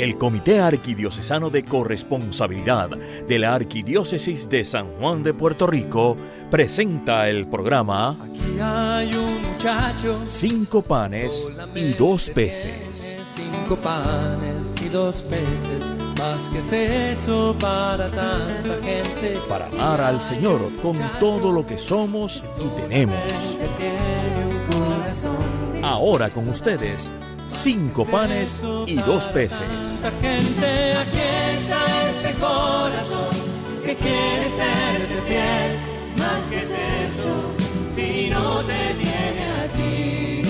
El Comité Arquidiocesano de Corresponsabilidad de la Arquidiócesis de San Juan de Puerto Rico presenta el programa Aquí hay un muchacho, 5 panes y 2 peces. 5 panes y 2 peces, más que es eso para tanta gente. Para amar al Señor con todo lo que somos y tenemos. Ahora con ustedes, 5 panes y 2 peces. Gente, aquí está este corazón que quiere serte fiel, más que es eso, si no te tiene a ti,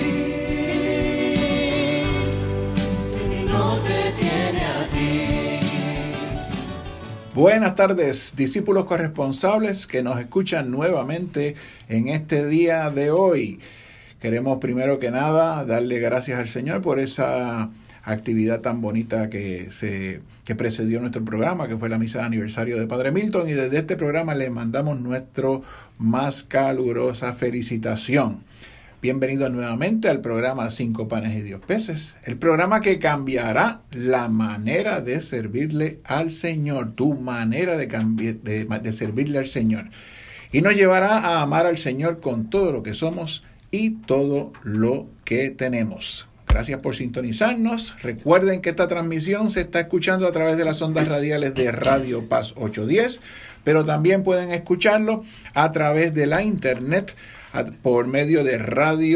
si no te tiene a ti. Buenas tardes, discípulos corresponsables que nos escuchan nuevamente en este día de hoy. Queremos primero que nada darle gracias al Señor por esa actividad tan bonita que precedió nuestro programa, que fue la misa de aniversario de Padre Milton, y desde este programa le mandamos nuestra más calurosa felicitación. Bienvenidos nuevamente al programa 5 panes y 2 peces, el programa que cambiará la manera de servirle al Señor, tu manera de servirle al Señor, y nos llevará a amar al Señor con todo lo que somos y todo lo que tenemos. Gracias por sintonizarnos. Recuerden que esta transmisión se está escuchando a través de las ondas radiales de Radio Paz 810, pero también pueden escucharlo a través de la internet por medio de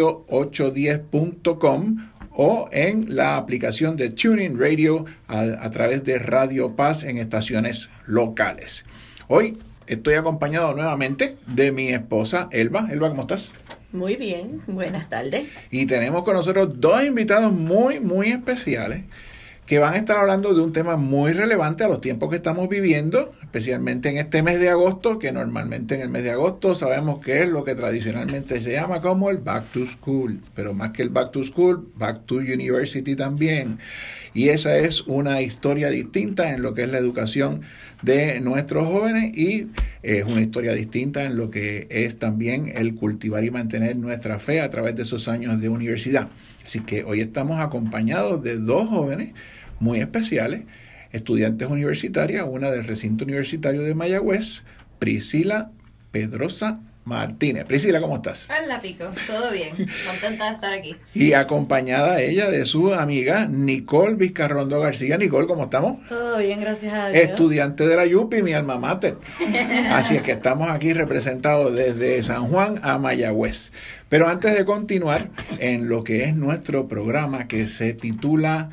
radio810.com o en la aplicación de TuneIn Radio a través de Radio Paz en estaciones locales. Hoy estoy acompañado nuevamente de mi esposa Elba. Elba, ¿cómo estás? Muy bien, buenas tardes. Y tenemos con nosotros 2 invitados muy especiales que van a estar hablando de un tema muy relevante a los tiempos que estamos viviendo, especialmente en este mes de agosto, que normalmente en el mes de agosto sabemos que es lo que tradicionalmente se llama como el Back to School, pero más que el Back to School, Back to University también. Y esa es una historia distinta en lo que es la educación de nuestros jóvenes y es una historia distinta en lo que es también el cultivar y mantener nuestra fe a través de esos años de universidad. Así que hoy estamos acompañados de 2 jóvenes muy especiales, estudiantes universitarias, una del recinto universitario de Mayagüez, Priscila Pedrosa Martínez. Priscila, ¿cómo estás? Hola, Pico. ¿Todo bien? Contenta de estar aquí. Y acompañada ella de su amiga Nicole Vizcarrondo García. Nicole, ¿cómo estamos? Todo bien, gracias a Dios. Estudiante de la YUPI, mi alma mater. Así es que estamos aquí representados desde San Juan a Mayagüez. Pero antes de continuar en lo que es nuestro programa que se titula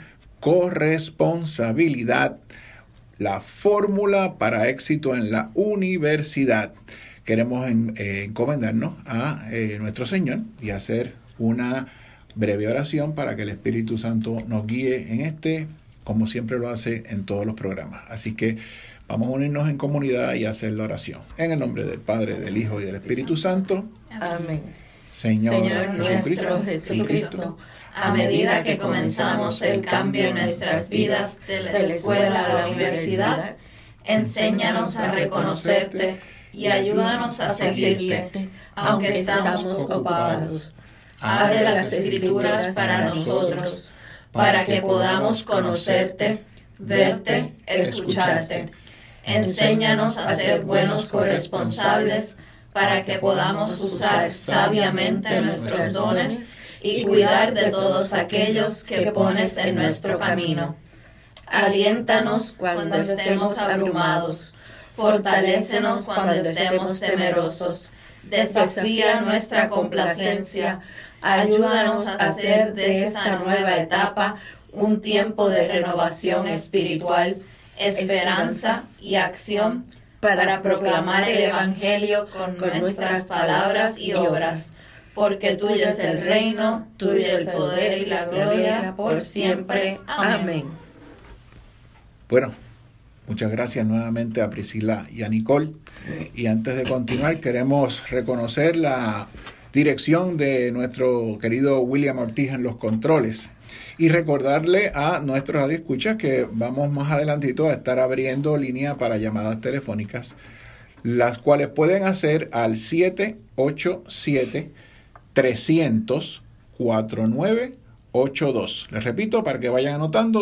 Corresponsabilidad, la fórmula para éxito en la universidad, queremos encomendarnos a nuestro Señor y hacer una breve oración para que el Espíritu Santo nos guíe en este, como siempre lo hace en todos los programas. Así que vamos a unirnos en comunidad y hacer la oración. En el nombre del Padre, del Hijo y del Espíritu Santo. Amén. Señor nuestro Jesucristo, a medida que comenzamos el cambio en nuestras vidas de la escuela a la universidad, enséñanos a reconocerte y ayúdanos a seguirte, aunque estamos ocupados. Abre las Escrituras para nosotros, para que podamos conocerte, verte, escucharte. Enséñanos a ser buenos corresponsables, para que podamos usar sabiamente nuestros dones y cuidar de todos aquellos que pones en nuestro camino. Aliéntanos cuando estemos abrumados. Fortalécenos cuando estemos temerosos. Desafía nuestra complacencia. Ayúdanos a hacer de esta nueva etapa un tiempo de renovación espiritual, esperanza y acción para proclamar el Evangelio con nuestras palabras y obras. Porque tuyo es el reino, tuyo el poder y la gloria por siempre. Amén. Bueno, muchas gracias nuevamente a Priscila y a Nicole. Y antes de continuar, queremos reconocer la dirección de nuestro querido William Ortiz en los controles. Y recordarle a nuestros radioescuchas que vamos más adelantito a estar abriendo línea para llamadas telefónicas, las cuales pueden hacer al 787-300-49 787-300-4982. Les repito, para que vayan anotando,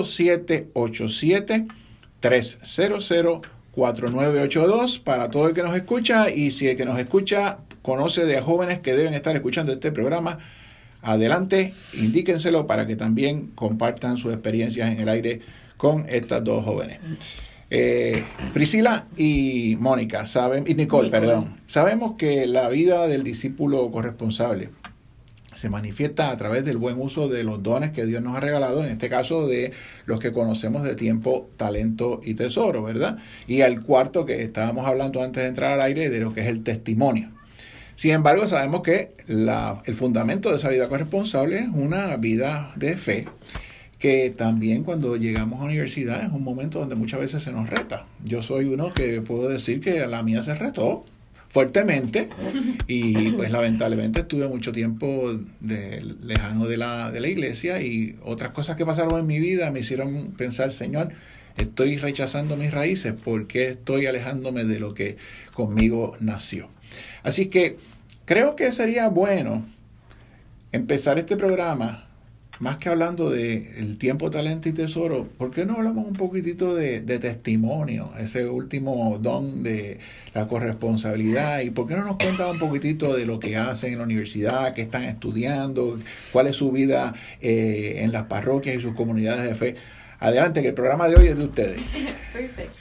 787-300-4982 para todo el que nos escucha. Y si el que nos escucha conoce de jóvenes que deben estar escuchando este programa, adelante, indíquenselo para que también compartan sus experiencias en el aire con estas dos jóvenes. Priscila y Mónica, Nicole, sabemos que la vida del discípulo corresponsable se manifiesta a través del buen uso de los dones que Dios nos ha regalado, en este caso de los que conocemos de tiempo, talento y tesoro, ¿verdad? Y al cuarto que estábamos hablando antes de entrar al aire, de lo que es el testimonio. Sin embargo, sabemos que el fundamento de esa vida corresponsable es una vida de fe, que también cuando llegamos a la universidad es un momento donde muchas veces se nos reta. Yo soy uno que puedo decir que la mía se retó fuertemente y pues lamentablemente estuve mucho tiempo lejano de la iglesia, y otras cosas que pasaron en mi vida me hicieron pensar, Señor, estoy rechazando mis raíces, ¿por qué estoy alejándome de lo que conmigo nació? Así que creo que sería bueno empezar este programa, más que hablando de el tiempo, talento y tesoro, ¿por qué no hablamos un poquitito de testimonio, ese último don de la corresponsabilidad? ¿Y por qué no nos cuentan un poquitito de lo que hacen en la universidad, qué están estudiando, cuál es su vida en las parroquias y sus comunidades de fe? Adelante, que el programa de hoy es de ustedes. Perfecto.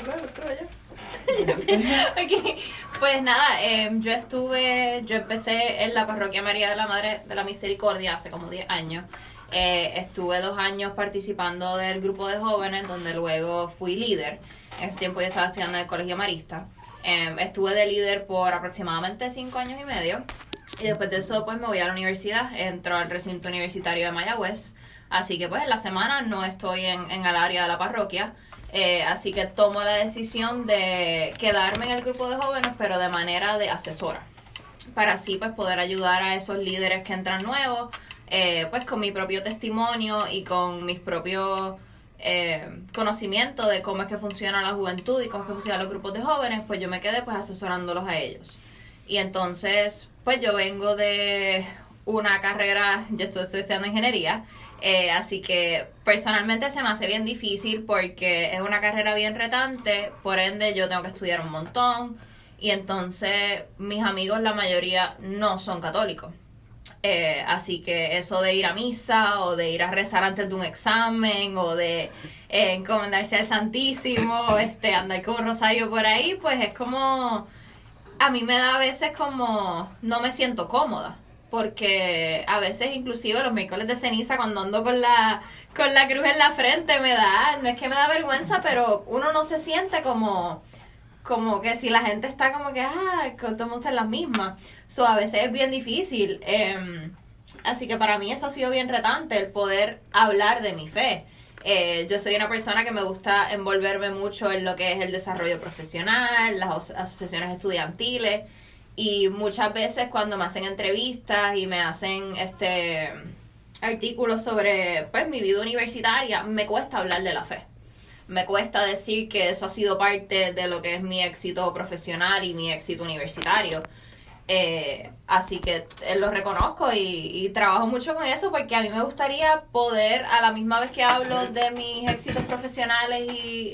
Okay. Pues nada, yo empecé en la parroquia María de la Madre de la Misericordia hace como 10 años. Estuve 2 años participando del grupo de jóvenes, donde luego fui líder. En ese tiempo yo estaba estudiando en el Colegio Marista. Estuve de líder por aproximadamente 5 años y medio. Y después de eso pues me voy a la universidad, entro al recinto universitario de Mayagüez. Así que pues en la semana no estoy en el área de la parroquia. Así que tomo la decisión de quedarme en el grupo de jóvenes, pero de manera de asesora, para así pues poder ayudar a esos líderes que entran nuevos, pues con mi propio testimonio y con mis propios conocimientos de cómo es que funciona la juventud y cómo es que funcionan los grupos de jóvenes. Pues yo me quedé pues asesorándolos a ellos. Y entonces pues yo vengo de una carrera, yo estoy estudiando ingeniería. Así que personalmente se me hace bien difícil porque es una carrera bien retante, por ende yo tengo que estudiar un montón, y entonces mis amigos la mayoría no son católicos, así que eso de ir a misa o de ir a rezar antes de un examen o de encomendarse al Santísimo, andar con un rosario por ahí, pues es como, a mí me da a veces como, no me siento cómoda. Porque a veces inclusive los miércoles de ceniza, cuando ando con la cruz en la frente, no es que me da vergüenza, pero uno no se siente como que si la gente está como que, todo el mundo está en las mismas. A veces es bien difícil. Así que para mí eso ha sido bien retante, el poder hablar de mi fe. Yo soy una persona que me gusta envolverme mucho en lo que es el desarrollo profesional, las asociaciones estudiantiles. Y muchas veces cuando me hacen entrevistas y me hacen artículos sobre pues mi vida universitaria, me cuesta hablar de la fe. Me cuesta decir que eso ha sido parte de lo que es mi éxito profesional y mi éxito universitario. Así que lo reconozco y trabajo mucho con eso, porque a mí me gustaría poder, a la misma vez que hablo de mis éxitos profesionales y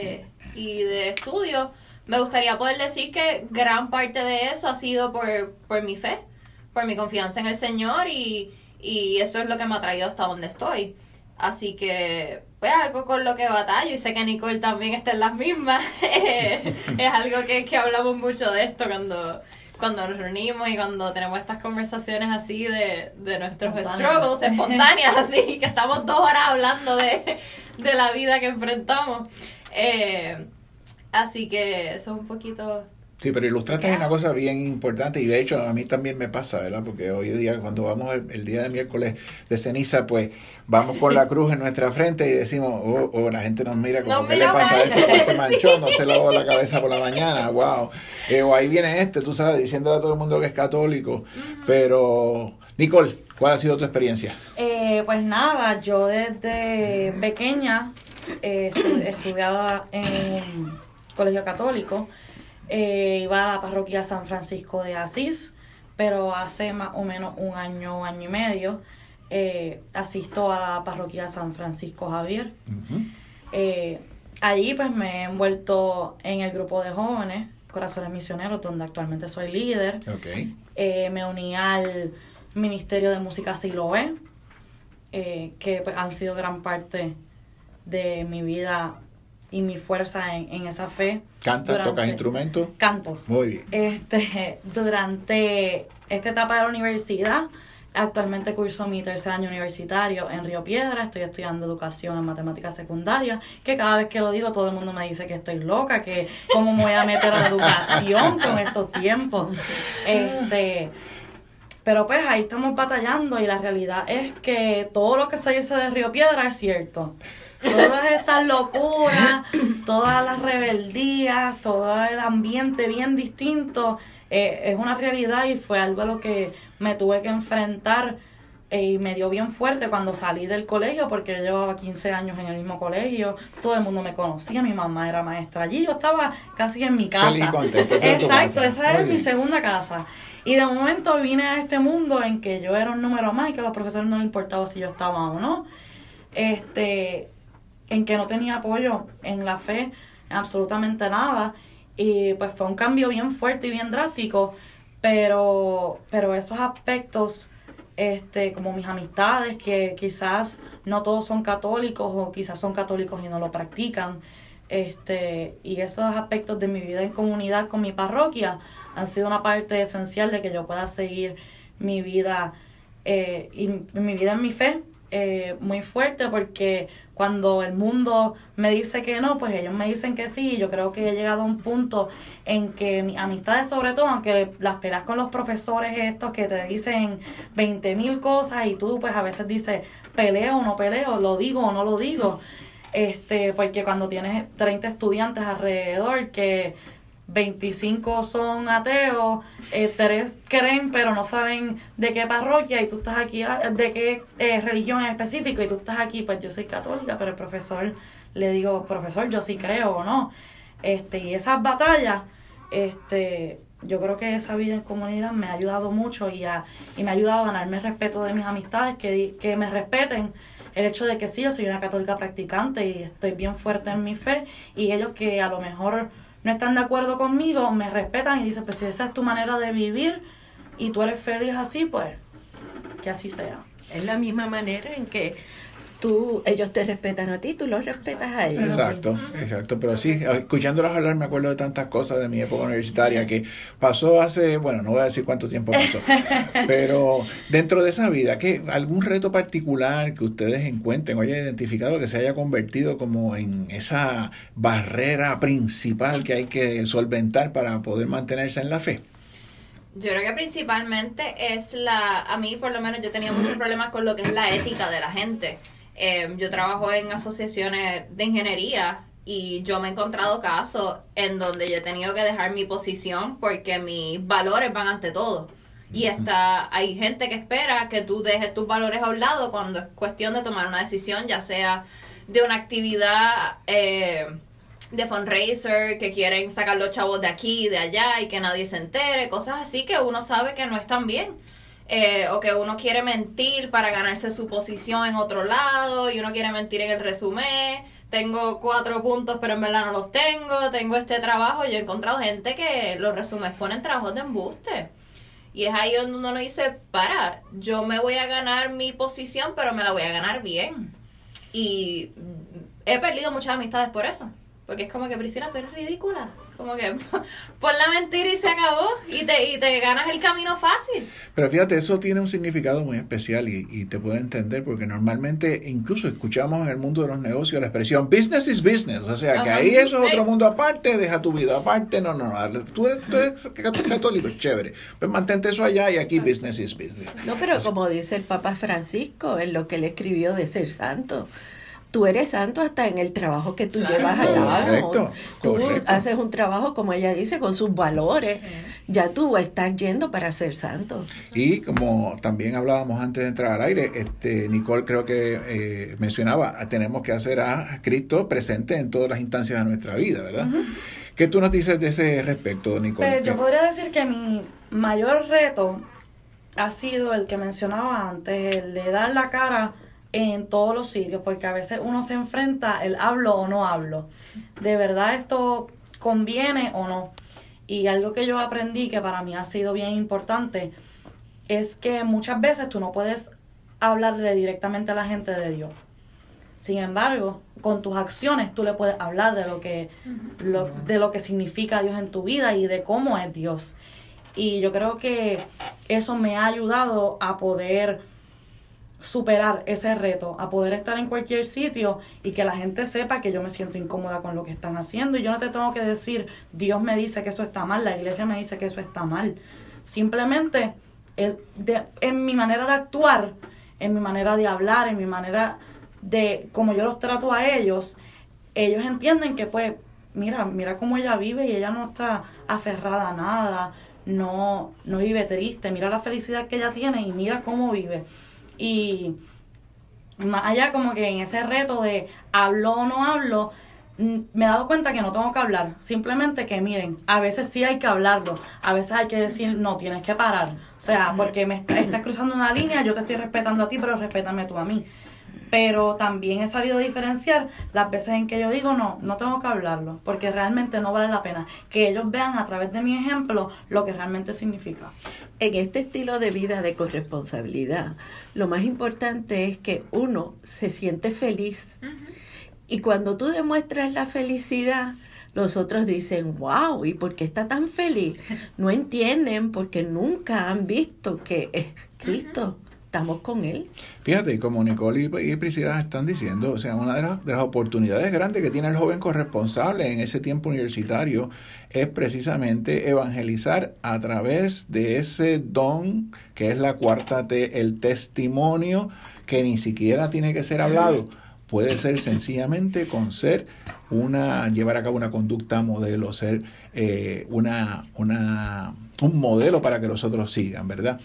de estudio, me gustaría poder decir que gran parte de eso ha sido por mi fe, por mi confianza en el Señor, y eso es lo que me ha traído hasta donde estoy. Así que, pues, algo con lo que batallo, y sé que Nicole también está en las mismas. Es algo que hablamos mucho de esto cuando nos reunimos y cuando tenemos estas conversaciones así de nuestros struggles espontáneas, así que estamos 2 horas hablando de la vida que enfrentamos. Así que eso es un poquito... Sí, pero ilustraste una cosa bien importante, y de hecho a mí también me pasa, ¿verdad? Porque hoy día, cuando vamos el día de miércoles de ceniza, pues vamos con la cruz en nuestra frente y decimos, la gente nos mira como, ¿qué le pasa a ese? Pues se manchó, no se lavó la cabeza por la mañana, wow. O ahí viene tú sabes, diciéndole a todo el mundo que es católico. Uh-huh. Pero, Nicole, ¿cuál ha sido tu experiencia? Pues nada, yo desde pequeña estudiaba en colegio católico. Iba a la parroquia San Francisco de Asís, pero hace más o menos un año y medio asisto a la parroquia San Francisco Javier. Uh-huh. Allí pues me he envuelto en el grupo de jóvenes Corazones Misioneros, donde actualmente soy líder. Okay. Me uní al Ministerio de Música Siloé, que pues, han sido gran parte de mi vida y mi fuerza en esa fe. ¿Cantas, tocas instrumentos? Canto. Muy bien. Durante esta etapa de la universidad, actualmente curso mi tercer año universitario en Río Piedra. Estoy estudiando educación en matemáticas secundarias, que cada vez que lo digo todo el mundo me dice que estoy loca, que cómo me voy a meter a la educación con estos tiempos. Pero pues ahí estamos batallando y la realidad es que todo lo que se dice de Río Piedra es cierto. Todas estas locuras, todas las rebeldías, todo el ambiente bien distinto, es una realidad y fue algo a lo que me tuve que enfrentar y me dio bien fuerte cuando salí del colegio, porque yo llevaba 15 años en el mismo colegio, todo el mundo me conocía, mi mamá era maestra allí, yo estaba casi en mi casa. Feliz, contenta, exacto, esa es mi segunda casa. Y de momento vine a este mundo en que yo era un número más y que a los profesores no les importaba si yo estaba o no. En que no tenía apoyo en la fe, en absolutamente nada. Y pues fue un cambio bien fuerte y bien drástico, pero esos aspectos, como mis amistades, que quizás no todos son católicos o quizás son católicos y no lo practican, y esos aspectos de mi vida en comunidad con mi parroquia han sido una parte esencial de que yo pueda seguir mi vida y mi vida en mi fe muy fuerte, porque cuando el mundo me dice que no, pues ellos me dicen que sí. Y yo creo que he llegado a un punto en que mis amistades, sobre todo, aunque las peleas con los profesores estos que te dicen 20,000 cosas y tú pues a veces dices peleo o no peleo, lo digo o no lo digo, porque cuando tienes 30 estudiantes alrededor que 25 son ateos, 3 creen pero no saben de qué parroquia y tú estás aquí, de qué religión en específico, y tú estás aquí, pues yo soy católica, pero el profesor, le digo, profesor, yo sí creo o no, y esas batallas, yo creo que esa vida en comunidad me ha ayudado mucho y me ha ayudado a ganarme el respeto de mis amistades, que me respeten el hecho de que sí, yo soy una católica practicante y estoy bien fuerte en mi fe, y ellos que a lo mejor no están de acuerdo conmigo, me respetan y dicen, pues si esa es tu manera de vivir y tú eres feliz así, pues que así sea. Es la misma manera en que ellos te respetan a ti, tú los respetas a ellos. Exacto, exacto. Pero sí, escuchándolos hablar me acuerdo de tantas cosas de mi época universitaria que pasó hace, bueno, no voy a decir cuánto tiempo pasó, pero dentro de esa vida, ¿qué algún reto particular que ustedes encuentren o hayan identificado que se haya convertido como en esa barrera principal que hay que solventar para poder mantenerse en la fe? Yo creo que principalmente a mí por lo menos yo tenía muchos problemas con lo que es la ética de la gente. Yo trabajo en asociaciones de ingeniería y yo me he encontrado casos en donde yo he tenido que dejar mi posición porque mis valores van ante todo. Y hay gente que espera que tú dejes tus valores a un lado cuando es cuestión de tomar una decisión, ya sea de una actividad de fundraiser, que quieren sacar los chavos de aquí y de allá y que nadie se entere, cosas así que uno sabe que no están bien. O que uno quiere mentir para ganarse su posición en otro lado y uno quiere mentir en el resumen, tengo 4 puntos pero en verdad no los tengo este trabajo. Yo he encontrado gente que los resúmenes ponen trabajos de embuste y es ahí donde uno dice, yo me voy a ganar mi posición pero me la voy a ganar bien, y he perdido muchas amistades por eso, porque es como que, Priscila, tú eres ridícula, como que pon la mentira y se acabó y te ganas el camino fácil. Pero fíjate, eso tiene un significado muy especial y te puedo entender, porque normalmente incluso escuchamos en el mundo de los negocios la expresión business is business, o sea, que ahí eso es otro mundo aparte, deja tu vida aparte, no, tú eres católico, chévere, pues mantente eso allá y aquí business is business. No, pero como dice el Papa Francisco en lo que él escribió de ser santo, tú eres santo hasta en el trabajo que tú llevas a cabo. Tú haces un trabajo, como ella dice, con sus valores. Ya tú estás yendo para ser santo. Y como también hablábamos antes de entrar al aire, Nicole creo que mencionaba, tenemos que hacer a Cristo presente en todas las instancias de nuestra vida, ¿verdad? Uh-huh. ¿Qué tú nos dices de ese respecto, Nicole? Pues yo podría decir que mi mayor reto ha sido el que mencionaba antes, el de dar la cara en todos los sitios, porque a veces uno se enfrenta el hablo o no hablo. ¿De verdad esto conviene o no? Y algo que yo aprendí que para mí ha sido bien importante es que muchas veces tú no puedes hablarle directamente a la gente de Dios. Sin embargo, con tus acciones tú le puedes hablar de lo que significa Dios en tu vida y de cómo es Dios. Y yo creo que eso me ha ayudado a poder superar ese reto, a poder estar en cualquier sitio y que la gente sepa que yo me siento incómoda con lo que están haciendo. Y yo no te tengo que decir, Dios me dice que eso está mal, la iglesia me dice que eso está mal. Simplemente en mi manera de actuar, en mi manera de hablar, en mi manera de como yo los trato a ellos entienden que pues, mira cómo ella vive y ella no está aferrada a nada, no vive triste, mira la felicidad que ella tiene y mira cómo vive. Y más allá como que en ese reto de hablo o no hablo, me he dado cuenta que no tengo que hablar, simplemente que miren, a veces sí hay que hablarlo, a veces hay que decir, no, tienes que parar, o sea, porque me estás cruzando una línea, yo te estoy respetando a ti, pero respétame tú a mí. Pero también he sabido diferenciar las veces en que yo digo, no tengo que hablarlo, porque realmente no vale la pena que ellos vean a través de mi ejemplo lo que realmente significa. En este estilo de vida de corresponsabilidad, lo más importante es que uno se siente feliz. Y cuando tú demuestras la felicidad, los otros dicen, wow, ¿y por qué está tan feliz? No entienden porque nunca han visto que es Cristo. Estamos con él. Fíjate, como Nicole y Priscila están diciendo, o sea, una de las oportunidades grandes que tiene el joven corresponsable en ese tiempo universitario es precisamente evangelizar a través de ese don que es la cuarta T, el testimonio, que ni siquiera tiene que ser hablado. Puede ser sencillamente con llevar a cabo una conducta modelo, ser un modelo para que los otros sigan, ¿verdad?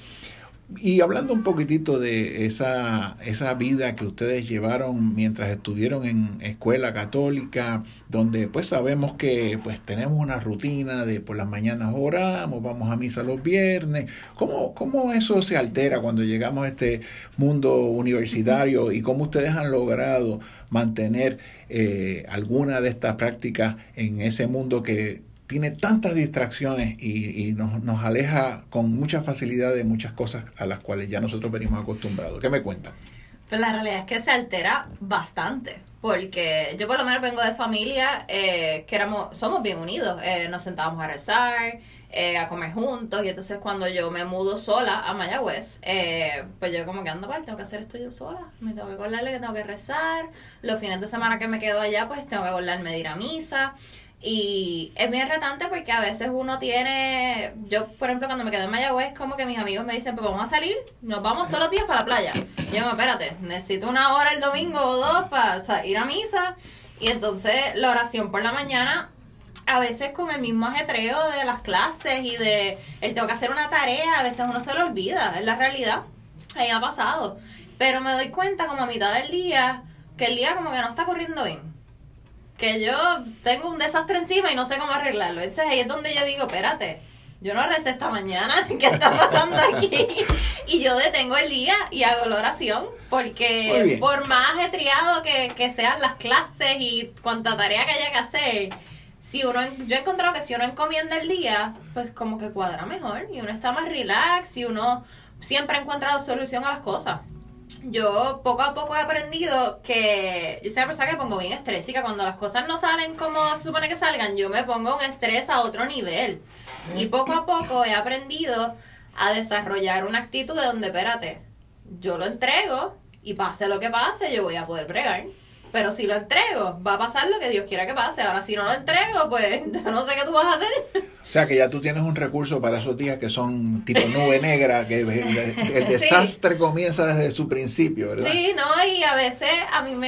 Y hablando un poquitito de esa vida que ustedes llevaron mientras estuvieron en escuela católica, donde pues sabemos que pues tenemos una rutina de por las mañanas oramos, vamos a misa los viernes. ¿Cómo eso se altera cuando llegamos a este mundo universitario y cómo ustedes han logrado mantener alguna de estas prácticas en ese mundo que tiene tantas distracciones y nos aleja con mucha facilidad de muchas cosas a las cuales ya nosotros venimos acostumbrados? ¿Qué me cuentan? Pues la realidad es que se altera bastante, porque yo por lo menos vengo de familia que somos bien unidos, nos sentábamos a rezar, a comer juntos, y entonces cuando yo me mudo sola a Mayagüez, pues yo como que ando tengo que hacer esto yo sola, me tengo que acordarle que tengo que rezar, los fines de semana que me quedo allá pues tengo que acordarme de ir a misa. Y es bien retante porque a veces uno tiene, yo por ejemplo cuando me quedo en Mayagüez, como que mis amigos me dicen, pues vamos a salir, nos vamos todos los días para la playa. Y yo, espérate, necesito una hora el domingo o dos para ir a misa. Y entonces la oración por la mañana, a veces con el mismo ajetreo de las clases y de el tengo que hacer una tarea, a veces uno se lo olvida, es la realidad, ahí me ha pasado. Pero me doy cuenta como a mitad del día, que el día como que no está corriendo bien, que yo tengo un desastre encima y no sé cómo arreglarlo. Entonces ahí es donde yo digo, espérate, yo no recé esta mañana, ¿qué está pasando aquí? Y yo detengo el día y hago la oración, porque por más ajetreado que sean las clases y cuanta tarea que haya que hacer, yo he encontrado que si uno encomienda el día, pues como que cuadra mejor y uno está más relax y uno siempre ha encontrado solución a las cosas. Yo poco a poco he aprendido que yo soy una persona que pongo bien estrésica. Cuando las cosas no salen como se supone que salgan, yo me pongo un estrés a otro nivel. Y poco a poco he aprendido a desarrollar una actitud de donde, espérate, yo lo entrego y pase lo que pase, yo voy a poder bregar. Pero si lo entrego, va a pasar lo que Dios quiera que pase. Ahora, si no lo entrego, pues yo no sé qué tú vas a hacer. O sea, que ya tú tienes un recurso para esos días que son tipo nube negra, que el desastre comienza desde su principio, ¿verdad? Sí, no, y a veces a mí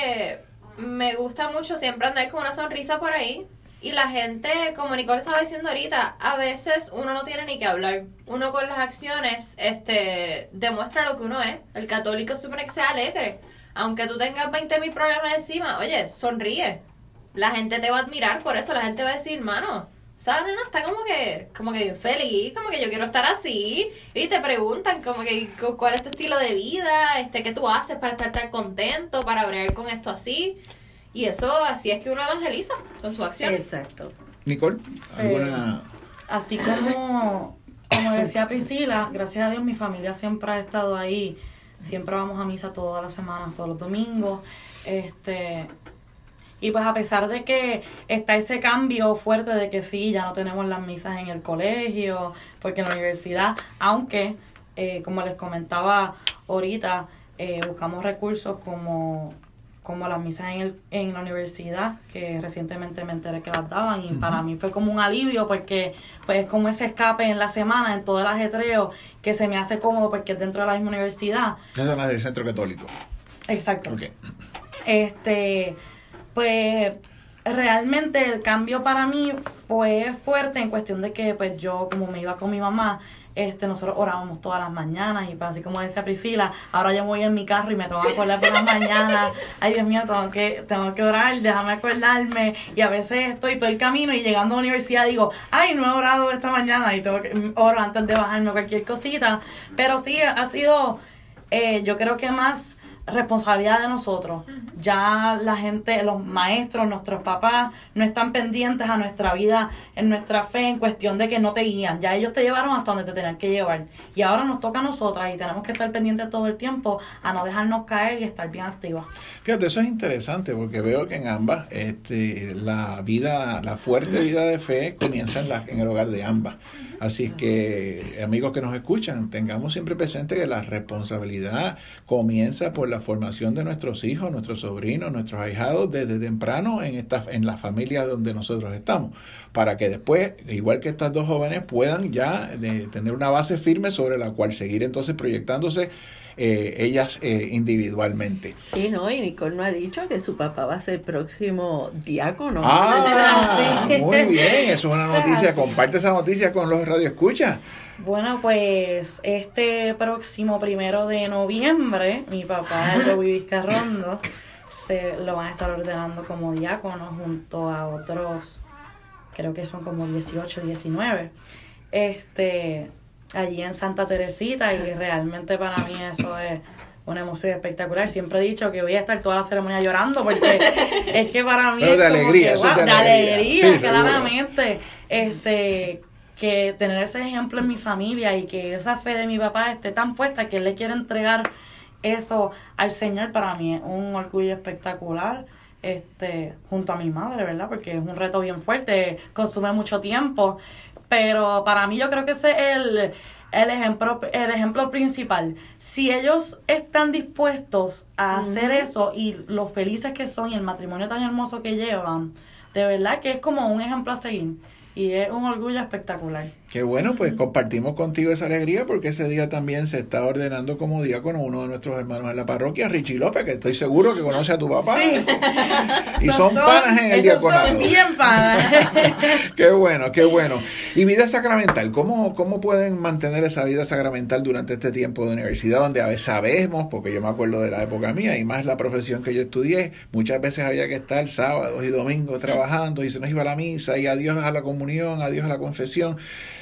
me gusta mucho siempre andar con una sonrisa por ahí. Y la gente, como Nicole estaba diciendo ahorita, a veces uno no tiene ni que hablar. Uno con las acciones demuestra lo que uno es. El católico se supone que sea alegre. Aunque tú tengas 20,000 problemas encima, oye, sonríe. La gente te va a admirar, por eso la gente va a decir, mano, esa nena está como que bien feliz, como que yo quiero estar así, y te preguntan como que cuál es tu estilo de vida, qué tú haces para estar tan contento, para bregar con esto así, y eso así es que uno evangeliza con su acción. Exacto. Nicole, ¿alguna...? Así como decía Priscila, gracias a Dios mi familia siempre ha estado ahí, siempre vamos a misa todas las semanas, todos los domingos, y pues a pesar de que está ese cambio fuerte de que sí, ya no tenemos las misas en el colegio, porque en la universidad, aunque, como les comentaba ahorita, buscamos recursos como las misas en la universidad, que recientemente me enteré que las daban, y para mí fue como un alivio, porque pues es como ese escape en la semana, en todo el ajetreo, que se me hace cómodo porque es dentro de la misma universidad. Esas son las del Centro Católico. Exacto. Okay. Pues realmente el cambio para mí fue fuerte en cuestión de que pues yo, como me iba con mi mamá, nosotros orábamos todas las mañanas, y pues así como decía Priscila, ahora yo me voy en mi carro y me tengo que acordar por las mañanas, ay Dios mío, tengo que orar, déjame acordarme, y a veces estoy todo el camino y llegando a la universidad digo, ay, no he orado esta mañana, y tengo que oro antes de bajarme cualquier cosita, pero sí, ha sido, yo creo que más responsabilidad de nosotros. Ya la gente, los maestros, nuestros papás no están pendientes a nuestra vida, en nuestra fe, en cuestión de que no te guían. Ya ellos te llevaron hasta donde te tenían que llevar, y ahora nos toca a nosotras, y tenemos que estar pendientes todo el tiempo a no dejarnos caer y estar bien activas. Fíjate, eso es interesante, porque veo que en ambas la fuerte vida de fe comienza en el hogar de ambas. Así es que, amigos que nos escuchan, tengamos siempre presente que la responsabilidad comienza por la formación de nuestros hijos, nuestros sobrinos, nuestros ahijados desde temprano en la familia donde nosotros estamos, para que después, igual que estas dos jóvenes, puedan ya tener una base firme sobre la cual seguir entonces proyectándose ellas individualmente. Sí, no, y Nicole no ha dicho que su papá va a ser próximo diácono. Muy bien, eso es una noticia. Comparte esa noticia con los radioescuchas. Bueno, pues este próximo 1 de noviembre, mi papá, Joey Vizcarrondo, se lo van a estar ordenando como diácono junto a otros, creo que son como 18, 19. Allí en Santa Teresita, y realmente para mí eso es una emoción espectacular. Siempre he dicho que voy a estar toda la ceremonia llorando, porque es que para mí pero es de como alegría, que, eso es wow, de alegría, sí, claramente. Que tener ese ejemplo en mi familia, y que esa fe de mi papá esté tan puesta que él le quiere entregar eso al Señor, para mí es un orgullo espectacular. Junto a mi madre, ¿verdad? Porque es un reto bien fuerte, consume mucho tiempo, pero para mí yo creo que ese es el ejemplo principal. Si ellos están dispuestos a hacer eso, y lo felices que son, y el matrimonio tan hermoso que llevan, de verdad que es como un ejemplo a seguir, y es un orgullo espectacular. Qué bueno, pues compartimos contigo esa alegría, porque ese día también se está ordenando como diácono uno de nuestros hermanos en la parroquia, Richie López, que estoy seguro que conoce a tu papá. Sí. Y son panas en el diaconado. Son bien panas. Qué bueno, qué bueno. Y vida sacramental, ¿cómo pueden mantener esa vida sacramental durante este tiempo de universidad, donde a veces sabemos, porque yo me acuerdo de la época mía, y más la profesión que yo estudié, muchas veces había que estar sábados y domingos trabajando, y se nos iba a la misa, y adiós a la comunión, adiós a la confesión?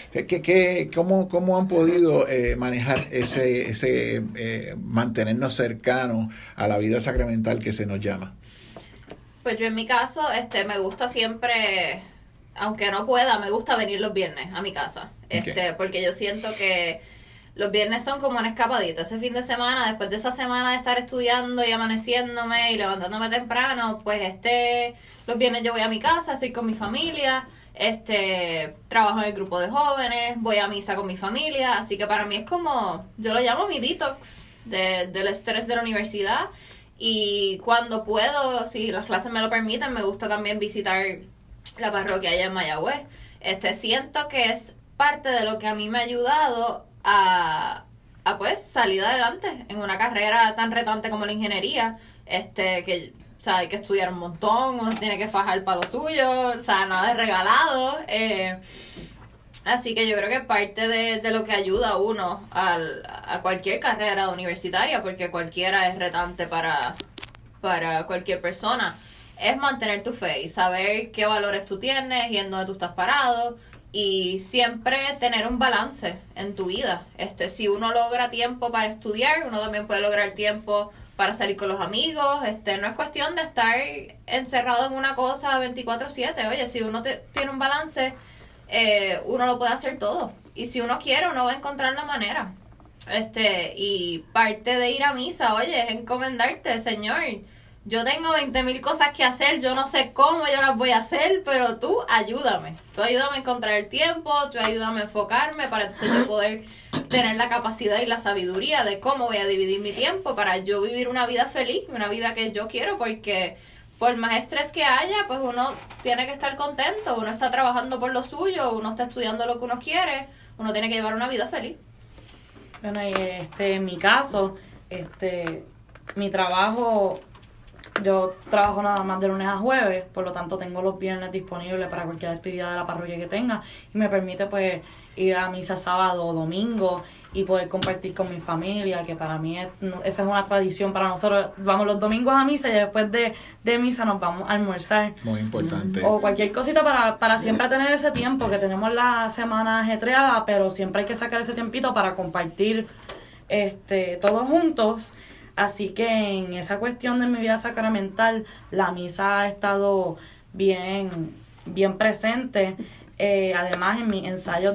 ¿Cómo han podido manejar ese mantenernos cercanos a la vida sacramental que se nos llama? Pues yo en mi caso, me gusta siempre, aunque no pueda, me gusta venir los viernes a mi casa, porque yo siento que los viernes son como una escapadita. Ese fin de semana, después de esa semana de estar estudiando y amaneciéndome y levantándome temprano, pues los viernes yo voy a mi casa, estoy con mi familia. Trabajo en el grupo de jóvenes, voy a misa con mi familia, así que para mí es como, yo lo llamo mi detox del estrés de la universidad, y cuando puedo, si las clases me lo permiten, me gusta también visitar la parroquia allá en Mayagüez. Siento que es parte de lo que a mí me ha ayudado a pues salir adelante en una carrera tan retante como la ingeniería, que o sea, hay que estudiar un montón, uno tiene que fajar para lo suyo, o sea, nada de regalado. Así que yo creo que parte de lo que ayuda a uno a cualquier carrera universitaria, porque cualquiera es retante para cualquier persona, es mantener tu fe y saber qué valores tú tienes y en dónde tú estás parado, y siempre tener un balance en tu vida. Si uno logra tiempo para estudiar, uno también puede lograr tiempo para salir con los amigos. No es cuestión de estar encerrado en una cosa 24/7. Oye, si uno tiene un balance, uno lo puede hacer todo. Y si uno quiere, uno va a encontrar la manera. Y parte de ir a misa, oye, es encomendarte, Señor, yo tengo 20,000 cosas que hacer, yo no sé cómo yo las voy a hacer, pero tú ayúdame. Tú ayúdame a encontrar el tiempo, tú ayúdame a enfocarme para entonces yo poder tener la capacidad y la sabiduría de cómo voy a dividir mi tiempo para yo vivir una vida feliz, una vida que yo quiero, porque por más estrés que haya, pues uno tiene que estar contento, uno está trabajando por lo suyo, uno está estudiando lo que uno quiere, uno tiene que llevar una vida feliz. Bueno, y en mi caso, mi trabajo, yo trabajo nada más de lunes a jueves, por lo tanto tengo los viernes disponibles para cualquier actividad de la parroquia que tenga, y me permite pues ir a misa sábado o domingo y poder compartir con mi familia, que para mí esa es una tradición para nosotros. Vamos los domingos a misa y después de misa nos vamos a almorzar. Muy importante. O cualquier cosita para siempre tener ese tiempo, que tenemos la semana ajetreada, pero siempre hay que sacar ese tiempito para compartir todos juntos. Así que en esa cuestión de mi vida sacramental, la misa ha estado bien presente. Además, en mis ensayos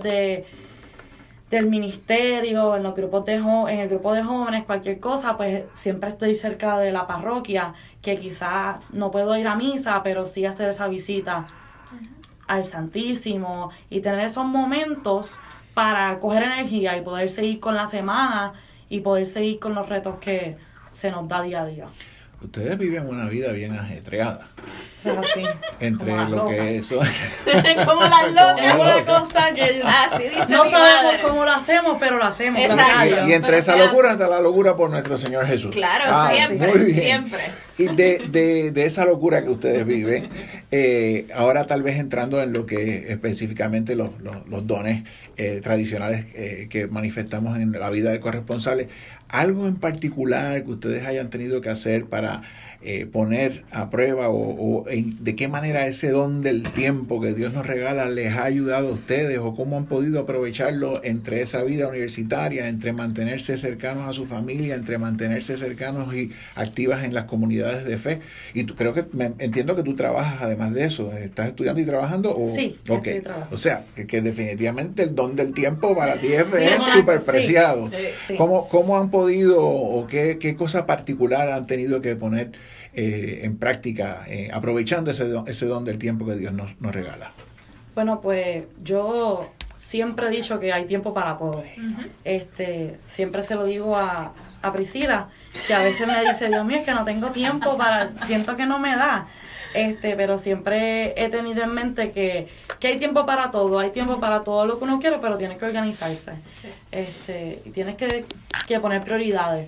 del ministerio, en el grupo de jóvenes, cualquier cosa, pues siempre estoy cerca de la parroquia, que quizás no puedo ir a misa, pero sí hacer esa visita al Santísimo y tener esos momentos para coger energía y poder seguir con la semana y poder seguir con los retos que se nos da día a día. Ustedes viven una vida bien ajetreada. Es así. Entre lo locas. Que eso. Como las locas. Es una cosa que no sabemos cómo lo hacemos, pero lo hacemos. Y entre esa locura está la locura por nuestro Señor Jesús. Claro, siempre. Muy bien. Siempre. Y de esa locura que ustedes viven, ahora tal vez entrando en lo que específicamente los dones tradicionales que manifestamos en la vida del corresponsable, algo en particular que ustedes hayan tenido que hacer para poner a prueba de qué manera ese don del tiempo que Dios nos regala les ha ayudado a ustedes, o cómo han podido aprovecharlo entre esa vida universitaria, entre mantenerse cercanos a su familia, entre mantenerse cercanos y activas en las comunidades de fe. Y entiendo que tú trabajas además de eso. ¿Estás estudiando y trabajando? Sí, estoy trabajando. O sea, que definitivamente el don del tiempo para ti es súper preciado. Sí. ¿Cómo han podido o qué cosa particular han tenido que poner en práctica, aprovechando ese don del tiempo que Dios nos regala? Bueno, pues yo siempre he dicho que hay tiempo para todo. Siempre se lo digo a Priscila, que a veces me dice, Dios mío, es que no tengo tiempo siento que no me da. Pero siempre he tenido en mente que hay tiempo para todo, hay tiempo para todo lo que uno quiere, pero tienes que organizarse. Sí. Y tienes que poner prioridades.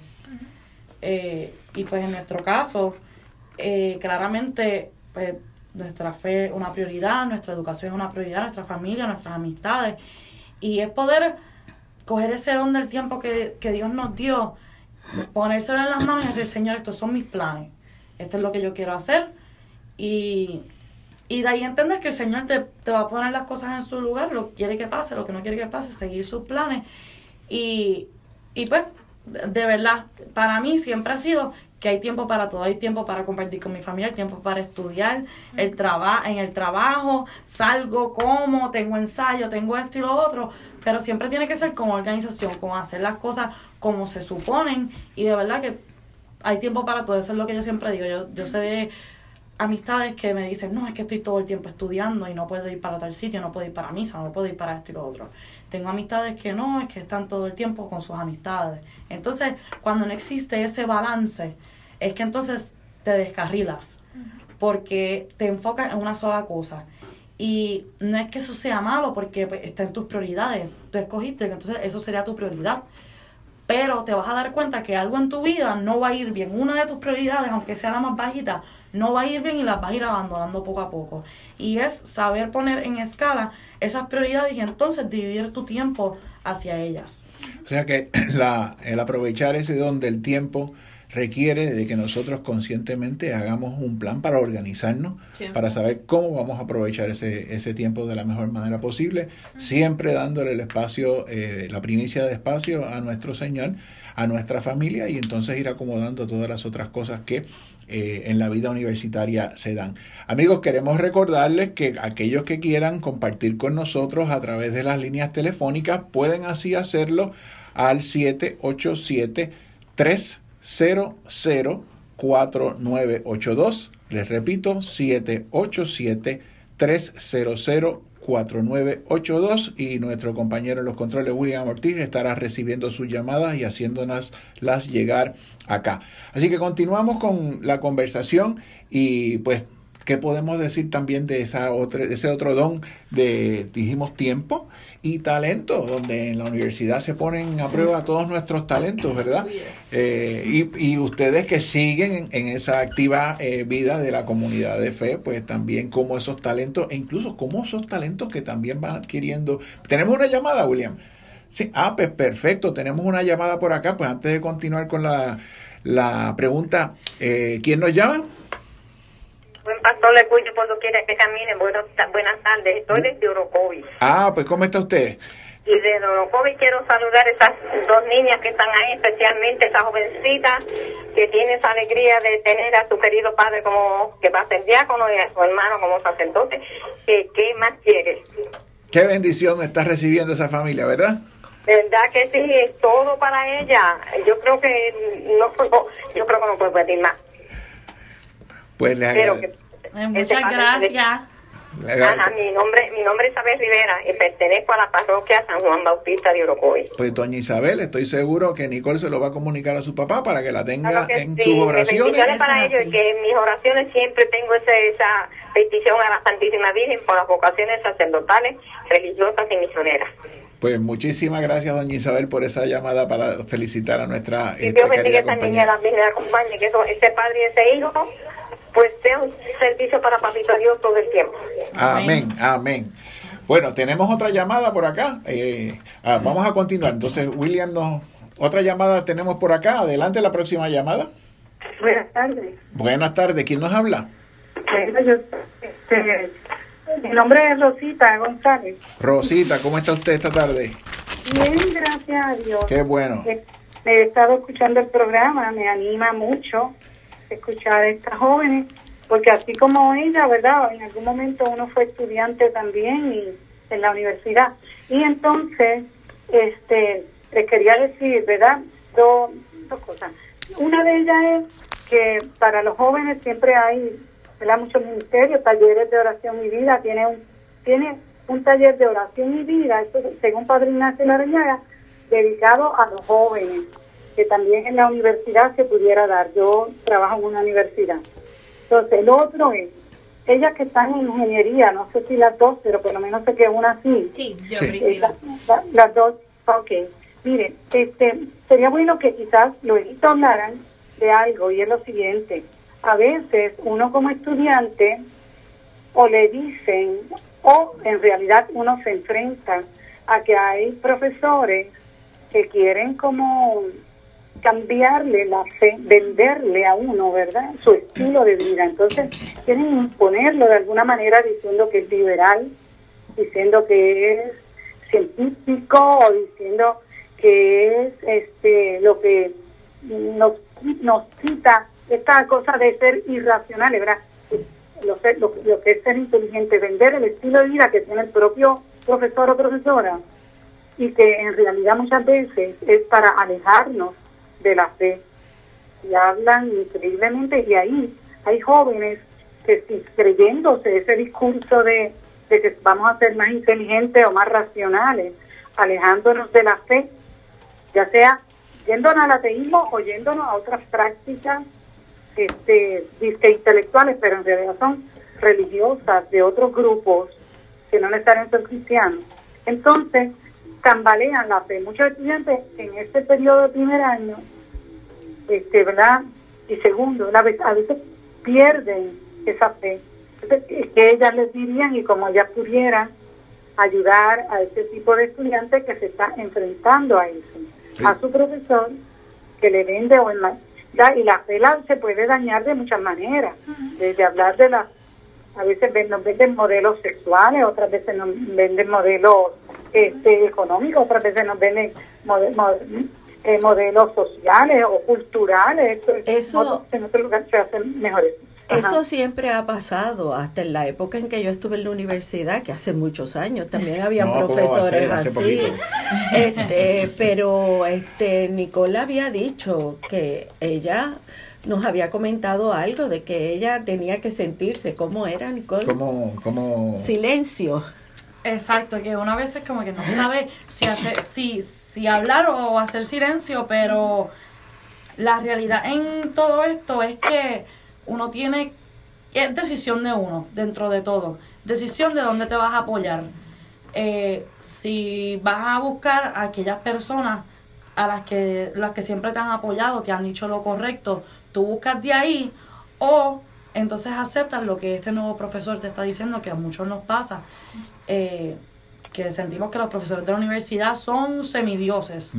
Y pues en nuestro caso, claramente, pues nuestra fe es una prioridad, nuestra educación es una prioridad, nuestra familia, nuestras amistades, y es poder coger ese don del tiempo que Dios nos dio, ponérselo en las manos y decir, Señor, estos son mis planes, esto es lo que yo quiero hacer, y de ahí entender que el Señor te va a poner las cosas en su lugar, lo que quiere que pase, lo que no quiere que pase, seguir sus planes, y pues, de verdad, para mí siempre ha sido que hay tiempo para todo, hay tiempo para compartir con mi familia, hay tiempo para estudiar, en el trabajo, salgo, como, tengo ensayo, tengo esto y lo otro, pero siempre tiene que ser con organización, con hacer las cosas como se suponen, y de verdad que hay tiempo para todo. Eso es lo que yo siempre digo. Yo sé de amistades que me dicen, no, es que estoy todo el tiempo estudiando y no puedo ir para tal sitio, no puedo ir para misa, no puedo ir para esto y lo otro. Tengo amistades que no, es que están todo el tiempo con sus amistades. Entonces, cuando no existe ese balance, es que entonces te descarrilas, porque te enfocas en una sola cosa. Y no es que eso sea malo, porque pues, está en tus prioridades. Tú escogiste que entonces eso sería tu prioridad. Pero te vas a dar cuenta que algo en tu vida no va a ir bien. Una de tus prioridades, aunque sea la más bajita, no va a ir bien y las vas a ir abandonando poco a poco. Y es saber poner en escala esas prioridades y entonces dividir tu tiempo hacia ellas. O sea que el aprovechar ese don del tiempo requiere de que nosotros conscientemente hagamos un plan para organizarnos, para saber cómo vamos a aprovechar ese tiempo de la mejor manera posible, siempre dándole el espacio, la primicia de espacio a nuestro Señor, a nuestra familia, y entonces ir acomodando todas las otras cosas que en la vida universitaria se dan. Amigos, queremos recordarles que aquellos que quieran compartir con nosotros a través de las líneas telefónicas pueden así hacerlo al 787-300-4982. Les repito, 787-300-4982, y nuestro compañero en los controles, William Ortiz, estará recibiendo sus llamadas y haciéndonos las llegar acá. Así que continuamos con la conversación, y pues, ¿qué podemos decir también de ese otro don dijimos, tiempo y talento, donde en la universidad se ponen a prueba todos nuestros talentos, ¿verdad? Y ustedes que siguen en esa activa vida de la comunidad de fe, pues también como esos talentos, e incluso como esos talentos que también van adquiriendo. ¿Tenemos una llamada, William? Sí, pues perfecto, tenemos una llamada por acá. Pues antes de continuar con la pregunta, ¿quién nos llama? Buen pastor, le cuide por doquiera que camine. Buenas tardes, estoy desde Orocovis. Pues ¿cómo está usted? Y desde Orocovis quiero saludar a esas dos niñas que están ahí, especialmente esa jovencita que tiene esa alegría de tener a su querido padre como que va a ser diácono y a su hermano como sacerdote. ¿Qué más quiere? Qué bendición está recibiendo esa familia, ¿verdad? ¿Verdad que sí? Es todo para ella. Yo creo que no puedo pedir más. Pues le agradezco. Muchas gracias. Mi nombre es Isabel Rivera y pertenezco a la parroquia San Juan Bautista de Orocovis. Pues doña Isabel, estoy seguro que Nicole se lo va a comunicar a su papá para que la tenga en sus oraciones. Bendiciones para ellos, y que en mis oraciones siempre tengo esa petición a la Santísima Virgen por las vocaciones sacerdotales, religiosas y misioneras. Pues muchísimas gracias, doña Isabel, por esa llamada para felicitar a nuestra y Dios bendiga a esa niña, la Virgen la acompañe, que ese padre y ese hijo pues sea un servicio para Papito Dios todo el tiempo. Amén, amén. Bueno, tenemos otra llamada por acá. Vamos a continuar. Entonces, William, otra llamada tenemos por acá. Adelante, la próxima llamada. Buenas tardes. Buenas tardes. ¿Quién nos habla? Mi nombre es Rosita González. Rosita, ¿cómo está usted esta tarde? Bien, gracias a Dios. Qué bueno. He estado escuchando el programa, me anima mucho escuchar a estas jóvenes, porque así como ella, ¿verdad? En algún momento uno fue estudiante también y en la universidad. Y entonces, les quería decir, ¿verdad? Dos cosas. Una de ellas es que para los jóvenes siempre hay, ¿verdad?, muchos ministerios, talleres de oración y vida. Tiene un taller de oración y vida, esto, según Padre Ignacio Larrañaga, dedicado a los jóvenes, que también en la universidad se pudiera dar. Yo trabajo en una universidad. Entonces, el otro es, ellas que están en ingeniería, no sé si las dos, pero por lo menos sé que una sí. Sí, yo, Priscila. Las dos, ok. Miren, sería bueno que quizás los hijitos hablaran de algo, y es lo siguiente. A veces uno como estudiante o le dicen, o en realidad uno se enfrenta a que hay profesores que quieren como cambiarle la fe, venderle a uno, ¿verdad?, su estilo de vida. Entonces quieren imponerlo de alguna manera diciendo que es liberal, diciendo que es científico, o diciendo que es lo que nos quita esta cosa de ser irracionales, ¿verdad? Lo que es ser inteligente, vender el estilo de vida que tiene el propio profesor o profesora, y que en realidad muchas veces es para alejarnos de la fe. Y hablan increíblemente, y ahí hay jóvenes que, creyéndose ese discurso de que vamos a ser más inteligentes o más racionales, alejándonos de la fe, ya sea yéndonos al ateísmo o yéndonos a otras prácticas intelectuales, pero en realidad son religiosas de otros grupos que no necesariamente son cristianos. Entonces tambalean la fe. Muchos estudiantes en este periodo de primer año, ¿verdad?, y segundo, a veces pierden esa fe. Entonces, que ellas les dirían, y como ellas pudieran ayudar a ese tipo de estudiante que se está enfrentando a eso, sí, a su profesor que le vende, y la fe se puede dañar de muchas maneras, desde hablar de a veces nos venden modelos sexuales, otras veces nos venden modelos económicos, otras veces nos venden modelos sociales o culturales. Eso en otro lugar se hacen mejores. Eso siempre ha pasado, hasta en la época en que yo estuve en la universidad, que hace muchos años, también habían profesores así. Pero Nicole había dicho que ella nos había comentado algo de que ella tenía que sentirse, ¿cómo era, Nicole? Como silencio. Exacto, que una vez es como que no sabe si hablar o hacer silencio, pero la realidad en todo esto es que uno es decisión de uno dentro de todo, decisión de dónde te vas a apoyar. Si vas a buscar a aquellas personas a las que siempre te han apoyado, te han dicho lo correcto, tú buscas de ahí, o entonces aceptas lo que este nuevo profesor te está diciendo, que a muchos nos pasa, que sentimos que los profesores de la universidad son semidioses.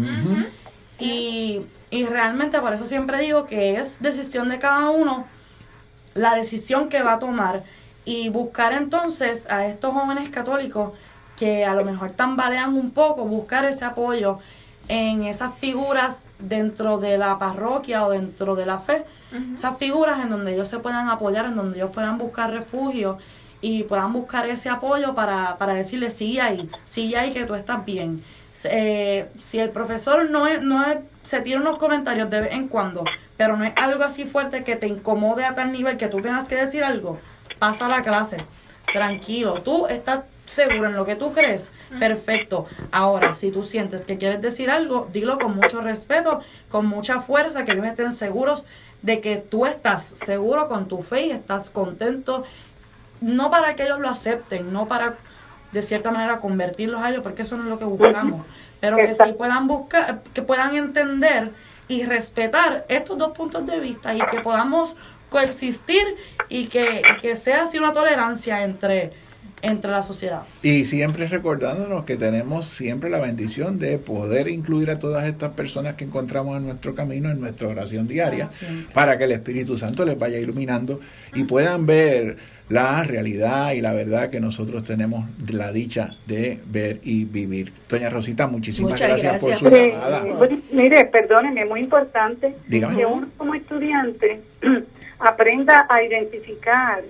Y realmente por eso siempre digo que es decisión de cada uno la decisión que va a tomar, y buscar entonces a estos jóvenes católicos que a lo mejor tambalean un poco, buscar ese apoyo en esas figuras dentro de la parroquia o dentro de la fe, esas figuras en donde ellos se puedan apoyar, en donde ellos puedan buscar refugio y puedan buscar ese apoyo para decirle sigue ahí, que tú estás bien. Si el profesor se tira unos comentarios de vez en cuando, pero no es algo así fuerte que te incomode a tal nivel que tú tengas que decir algo, pasa la clase, tranquilo, tú estás seguro en lo que tú crees, perfecto. Ahora, si tú sientes que quieres decir algo, dilo con mucho respeto, con mucha fuerza, que ellos estén seguros de que tú estás seguro con tu fe y estás contento, no para que ellos lo acepten, no para de cierta manera convertirlos a ellos, porque eso no es lo que buscamos, pero que sí puedan buscar, que puedan entender y respetar estos dos puntos de vista, y que podamos coexistir, y que sea así una tolerancia entre la sociedad. Y siempre recordándonos que tenemos siempre la bendición de poder incluir a todas estas personas que encontramos en nuestro camino, en nuestra oración diaria, para que el Espíritu Santo les vaya iluminando y puedan ver la realidad y la verdad que nosotros tenemos la dicha de ver y vivir. Doña Rosita, muchísimas gracias por su llamada. Mire, perdóneme, muy importante. Dígame. Que uno como estudiante aprenda a identificar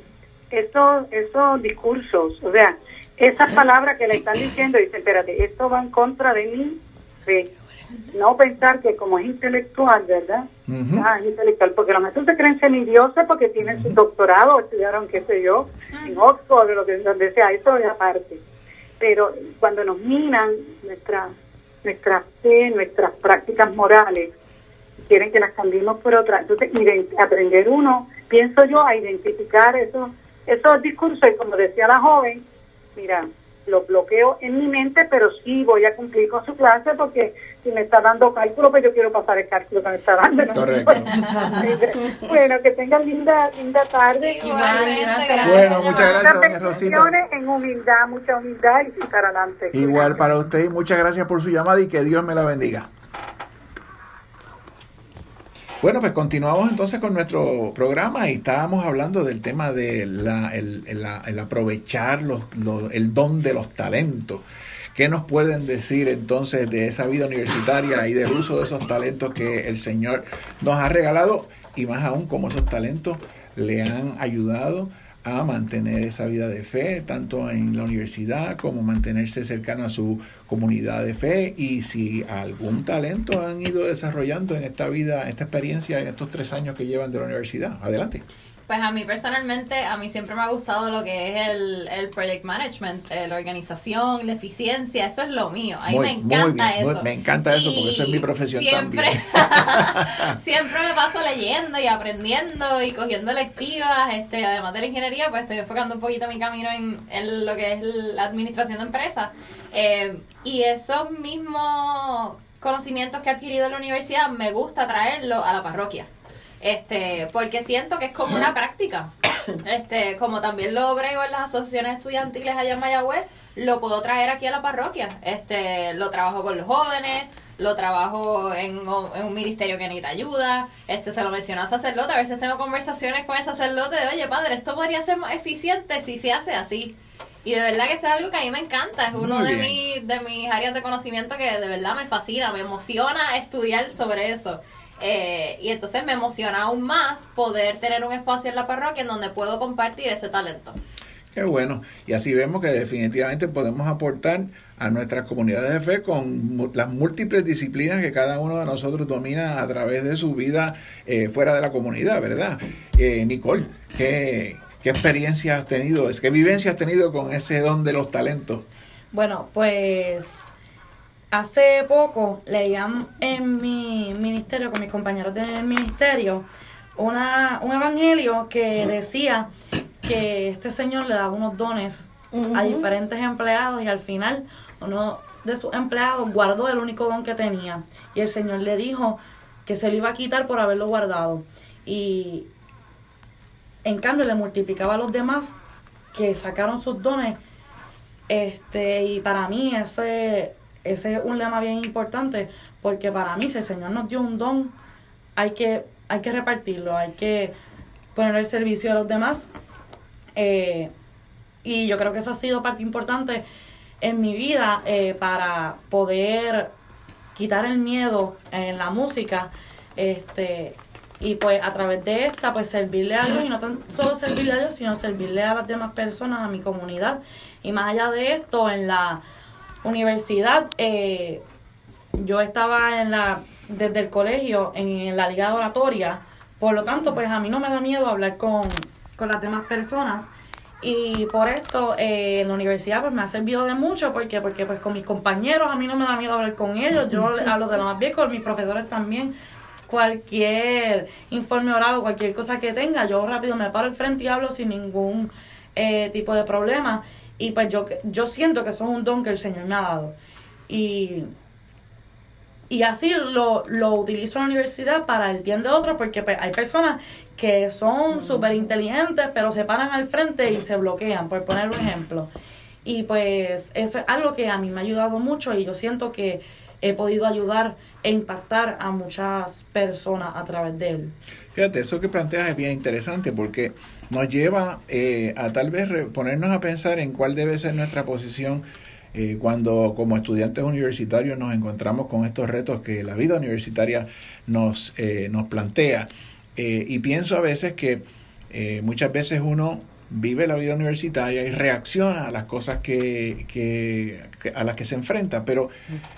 esos discursos, o sea, esas palabras que le están diciendo, dicen, espérate, esto va en contra de mi fe. No pensar que como es intelectual, ¿verdad? Es intelectual, porque los maestros se creen semidioses porque tienen su doctorado, estudiaron, qué sé yo, en Oxford, donde sea, eso es aparte. Pero cuando nos minan nuestra fe, nuestras prácticas morales, quieren que las cambiemos por otras. Entonces, aprender pienso yo, a identificar esos discursos, y como decía la joven, mira, lo bloqueo en mi mente, pero sí voy a cumplir con su clase, porque si me está dando cálculo, pues yo quiero pasar el cálculo que me está dando, ¿no? Correcto. Bueno, que tengan linda tarde. Bueno, muchas gracias, doña Rosita. En humildad, mucha humildad, y para adelante. Igual para usted, y muchas gracias por su llamada, y que Dios me la bendiga. Bueno, pues continuamos entonces con nuestro programa, y estábamos hablando del tema de el aprovechar el don de los talentos. ¿Qué nos pueden decir entonces de esa vida universitaria y del uso de esos talentos que el Señor nos ha regalado, y más aún cómo esos talentos le han ayudado a mantener esa vida de fe, tanto en la universidad como mantenerse cercano a su comunidad de fe, y si algún talento han ido desarrollando en esta vida, esta experiencia, en estos 3 años que llevan de la universidad? Adelante. Pues a mí personalmente, a mí siempre me ha gustado lo que es el project management, la organización, la eficiencia, eso es lo mío. A mí me encanta eso. Me encanta eso, porque eso es mi profesión también. Siempre me paso leyendo y aprendiendo y cogiendo electivas, además de la ingeniería, pues estoy enfocando un poquito mi camino en lo que es la administración de empresas. Y esos mismos conocimientos que he adquirido en la universidad me gusta traerlos a la parroquia. Porque siento que es como una práctica. Como también lo brego en las asociaciones estudiantiles allá en Mayagüez, lo puedo traer aquí a la parroquia. Lo trabajo con los jóvenes, lo trabajo en un ministerio que necesita ayuda, se lo menciono al sacerdote, a veces tengo conversaciones con el sacerdote de, oye, padre, esto podría ser más eficiente si se hace así. Y de verdad que eso es algo que a mí me encanta, es uno de mis áreas de conocimiento que de verdad me fascina, me emociona estudiar sobre eso. Y entonces me emociona aún más poder tener un espacio en la parroquia en donde puedo compartir ese talento. Qué bueno, y así vemos que definitivamente podemos aportar a nuestras comunidades de fe con las múltiples disciplinas que cada uno de nosotros domina a través de su vida fuera de la comunidad, ¿verdad? Nicole, ¿qué experiencia has tenido, qué vivencia has tenido con ese don de los talentos? Bueno, pues hace poco leían en mi ministerio, con mis compañeros del ministerio, un evangelio que decía que este señor le daba unos dones a diferentes empleados y al final uno de sus empleados guardó el único don que tenía y el señor le dijo que se lo iba a quitar por haberlo guardado y en cambio le multiplicaba a los demás que sacaron sus dones. Y para mí ese es un lema bien importante, porque para mí si el Señor nos dio un don hay que repartirlo, hay que ponerlo al servicio de los demás. Y yo creo que eso ha sido parte importante en mi vida para poder quitar el miedo en la música, y pues a través de esta pues servirle a Dios, y no tan solo servirle a Dios, sino servirle a las demás personas, a mi comunidad. Y más allá de esto, en la universidad, yo estaba desde el colegio en la liga de oratoria, por lo tanto pues a mí no me da miedo hablar con las demás personas. Y por esto en la universidad pues me ha servido de mucho, porque pues con mis compañeros a mí no me da miedo hablar con ellos, yo hablo de lo más bien, con mis profesores también. Cualquier informe oral o cualquier cosa que tenga, yo rápido me paro al frente y hablo sin ningún tipo de problema. Y pues yo siento que eso es un don que el Señor me ha dado. Y así lo utilizo en la universidad para el bien de otros, porque pues hay personas que son súper inteligentes, pero se paran al frente y se bloquean, por poner un ejemplo. Y pues eso es algo que a mí me ha ayudado mucho, y yo siento que he podido ayudar e impactar a muchas personas a través de él. Fíjate, eso que planteas es bien interesante, porque nos lleva a tal vez ponernos a pensar en cuál debe ser nuestra posición cuando como estudiantes universitarios nos encontramos con estos retos que la vida universitaria nos plantea. Y pienso a veces que muchas veces uno vive la vida universitaria y reacciona a las cosas a las que se enfrenta, pero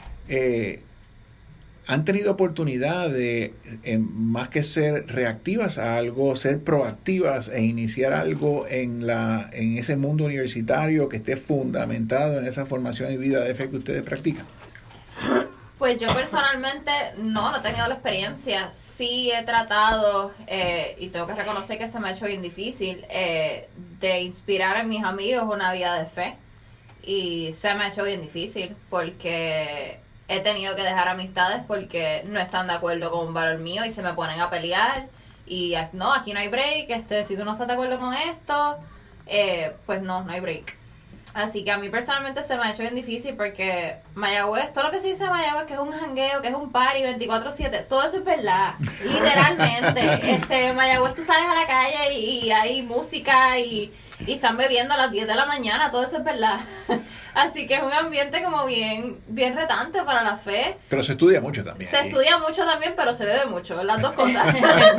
han tenido oportunidad de, más que ser reactivas a algo, ser proactivas e iniciar algo en ese mundo universitario que esté fundamentado en esa formación y vida de fe que ustedes practican. Pues yo personalmente no he tenido la experiencia. Sí he tratado, y tengo que reconocer que se me ha hecho bien difícil, de inspirar a mis amigos una vida de fe. Y se me ha hecho bien difícil porque he tenido que dejar amistades porque no están de acuerdo con un valor mío y se me ponen a pelear. Y no, aquí no hay break, si tú no estás de acuerdo con esto, pues no hay break. Así que a mí personalmente se me ha hecho bien difícil porque Mayagüez, todo lo que se dice de Mayagüez, que es un jangueo, que es un party 24/7, todo eso es verdad, literalmente. Mayagüez, tú sales a la calle y hay música y están bebiendo a las 10 de la mañana, todo eso es verdad. Así que es un ambiente como bien retante para la fe. Pero se estudia mucho también. Se estudia mucho también, pero se bebe mucho, las dos cosas.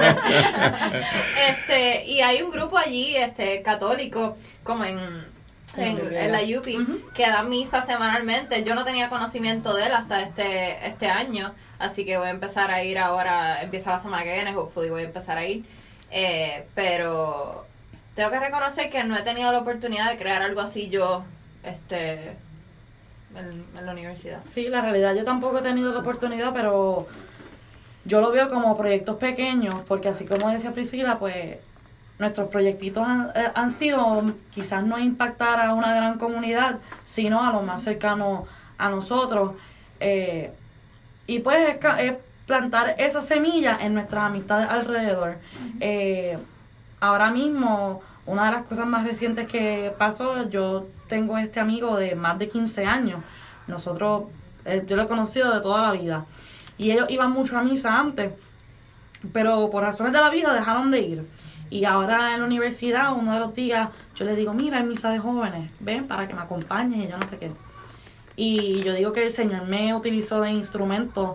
Y hay un grupo allí católico, como en la UPI, que da misa semanalmente. Yo no tenía conocimiento de él hasta este año, así que voy a empezar a ir ahora. Empieza la semana que viene, hopefully voy a empezar a ir. Pero tengo que reconocer que no he tenido la oportunidad de crear algo así yo en la universidad. Sí, la realidad yo tampoco he tenido la oportunidad, pero yo lo veo como proyectos pequeños, porque así como decía Priscila, pues nuestros proyectitos han sido quizás no impactar a una gran comunidad, sino a lo más cercano a nosotros. Y pues es plantar esa semilla en nuestras amistades alrededor. Ahora mismo, una de las cosas más recientes que pasó, yo tengo este amigo de más de 15 años. Nosotros yo lo he conocido de toda la vida. Y ellos iban mucho a misa antes, pero por razones de la vida dejaron de ir. Y ahora en la universidad, uno de los días, yo les digo, mira, hay misa de jóvenes, ven para que me acompañen y yo no sé qué. Y yo digo que el Señor me utilizó de instrumento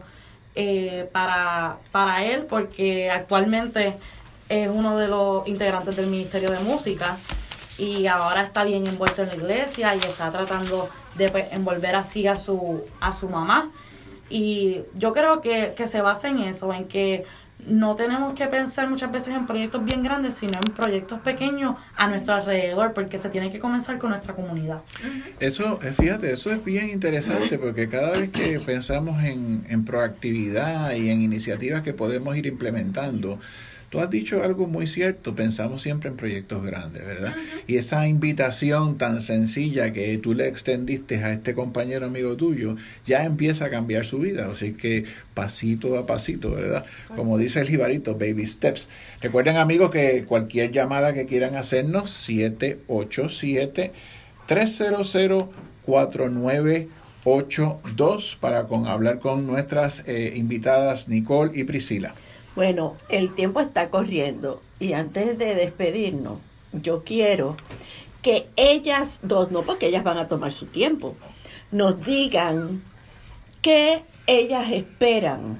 para Él, porque actualmente es uno de los integrantes del Ministerio de Música y ahora está bien envuelto en la iglesia y está tratando de envolver así a su mamá. Y yo creo que se basa en eso, en que no tenemos que pensar muchas veces en proyectos bien grandes, sino en proyectos pequeños a nuestro alrededor, porque se tiene que comenzar con nuestra comunidad. Eso, fíjate, eso es bien interesante, porque cada vez que pensamos en proactividad y en iniciativas que podemos ir implementando, tú has dicho algo muy cierto, pensamos siempre en proyectos grandes, ¿verdad? Y esa invitación tan sencilla que tú le extendiste a este compañero amigo tuyo, ya empieza a cambiar su vida, así que pasito a pasito, ¿verdad? Como dice el jibarito, baby steps. Recuerden, amigos, que cualquier llamada que quieran hacernos, 787-300-4982 para hablar con nuestras invitadas Nicole y Priscila. Bueno, el tiempo está corriendo y antes de despedirnos, yo quiero que ellas dos, no porque ellas van a tomar su tiempo, nos digan qué ellas esperan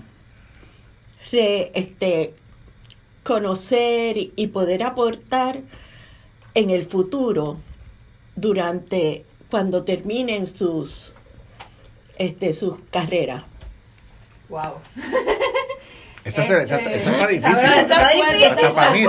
conocer y poder aportar en el futuro cuando terminen sus carreras. Wow. Esa está difícil. Está difícil. Hasta para mí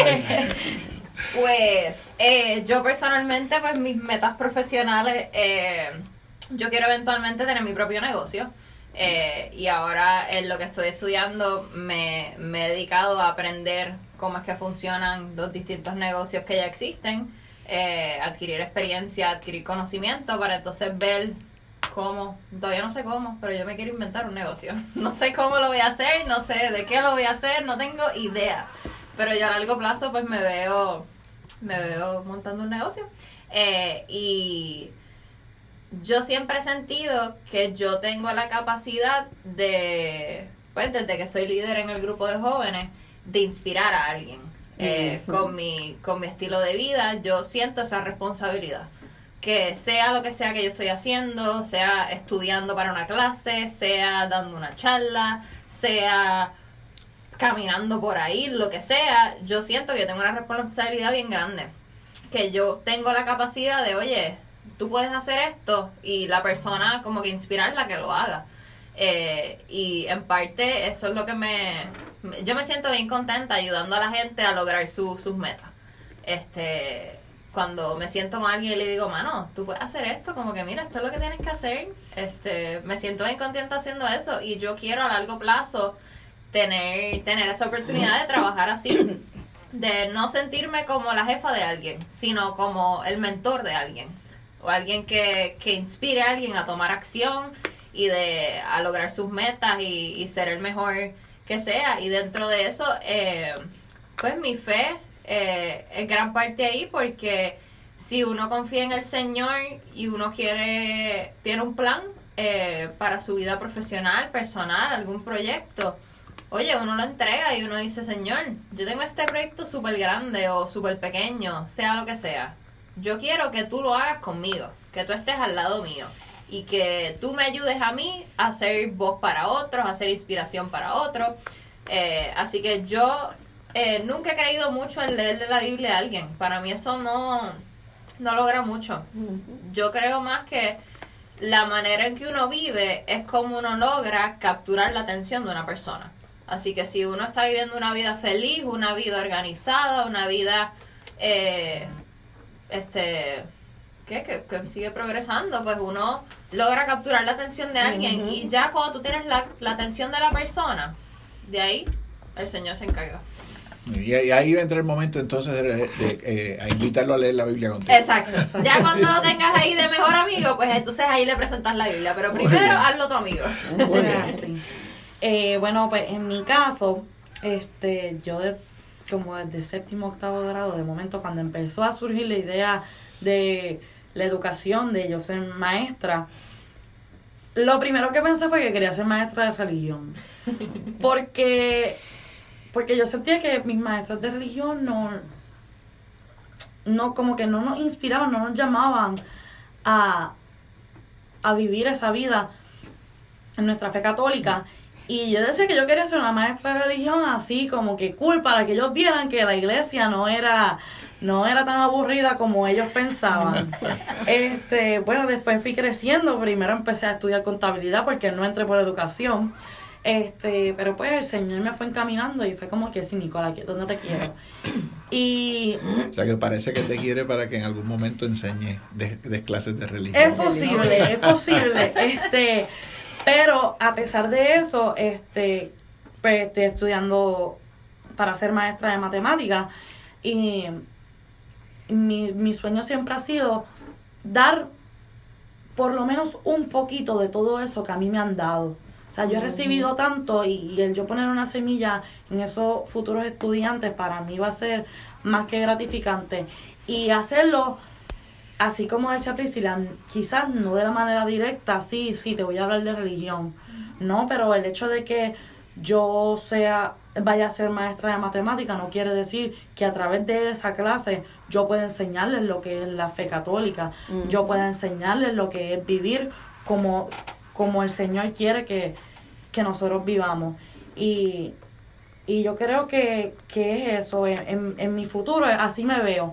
Pues yo personalmente, pues mis metas profesionales, yo quiero eventualmente tener mi propio negocio. Y ahora en lo que estoy estudiando me he dedicado a aprender cómo es que funcionan los distintos negocios que ya existen, adquirir experiencia, adquirir conocimiento para entonces ver cómo, todavía no sé cómo, pero yo me quiero inventar un negocio. No sé cómo lo voy a hacer, no sé de qué lo voy a hacer, no tengo idea. Pero yo a largo plazo pues me veo montando un negocio. Y yo siempre he sentido que yo tengo la capacidad de, pues desde que soy líder en el grupo de jóvenes, de inspirar a alguien. Con mi estilo de vida, yo siento esa responsabilidad. Que sea lo que sea que yo estoy haciendo, sea estudiando para una clase, sea dando una charla, sea caminando por ahí, lo que sea, yo siento que yo tengo una responsabilidad bien grande. Que yo tengo la capacidad de, oye, tú puedes hacer esto, y la persona como que inspirarla que lo haga. Y en parte eso es lo que yo me siento bien contenta ayudando a la gente a lograr sus metas. Cuando me siento con alguien y le digo, mano, tú puedes hacer esto, como que mira, esto es lo que tienes que hacer, me siento bien contenta haciendo eso, y yo quiero a largo plazo tener esa oportunidad de trabajar así, de no sentirme como la jefa de alguien, sino como el mentor de alguien, o alguien que inspire a alguien a tomar acción y a lograr sus metas y ser el mejor que sea. Y dentro de eso, pues mi fe es gran parte ahí, porque si uno confía en el Señor y uno tiene un plan para su vida profesional, personal, algún proyecto, oye, uno lo entrega y uno dice, Señor, yo tengo este proyecto súper grande o súper pequeño, sea lo que sea, yo quiero que tú lo hagas conmigo, que tú estés al lado mío y que tú me ayudes a mí a ser voz para otros, a ser inspiración para otros. Así que yo nunca he creído mucho en leerle la Biblia a alguien. Para mí eso no logra mucho. Yo creo más que la manera en que uno vive es como uno logra capturar la atención de una persona. Así que si uno está viviendo una vida feliz, una vida organizada, una vida que sigue progresando, pues uno logra capturar la atención de alguien. Y ya cuando tú tienes la atención de la persona, de ahí el Señor se encarga. Y ahí va a entrar el momento entonces de invitarlo a leer la Biblia contigo. Exacto. Ya cuando lo tengas ahí de mejor amigo, pues entonces ahí le presentas la Biblia. Pero primero hazlo tu amigo. Bueno, pues en mi caso, yo como desde séptimo, octavo grado, de momento cuando empezó a surgir la idea de la educación, de yo ser maestra, lo primero que pensé fue que quería ser maestra de religión. Porque yo sentía que mis maestras de religión no como que no nos inspiraban, no nos llamaban a vivir esa vida en nuestra fe católica. Y yo decía que yo quería ser una maestra de religión así como que cool, para que ellos vieran que la iglesia no era tan aburrida como ellos pensaban. Bueno, después fui creciendo. Primero empecé a estudiar contabilidad porque no entré por educación. Pero pues el Señor me fue encaminando y fue como que sí, Nicola, ¿dónde te quiero? Y o sea, que parece que te quiere para que en algún momento enseñe des clases de religión. Es posible. Pero a pesar de eso, pues estoy estudiando para ser maestra de matemáticas y mi sueño siempre ha sido dar por lo menos un poquito de todo eso que a mí me han dado. O sea, yo he recibido tanto y el yo poner una semilla en esos futuros estudiantes para mí va a ser más que gratificante. Y hacerlo, así como decía Priscila, quizás no de la manera directa, sí, te voy a hablar de religión. No, pero el hecho de que yo vaya a ser maestra de matemática no quiere decir que a través de esa clase yo pueda enseñarles lo que es la fe católica, yo pueda enseñarles lo que es vivir como el Señor quiere que nosotros vivamos. Y yo creo que es eso, en mi futuro, así me veo.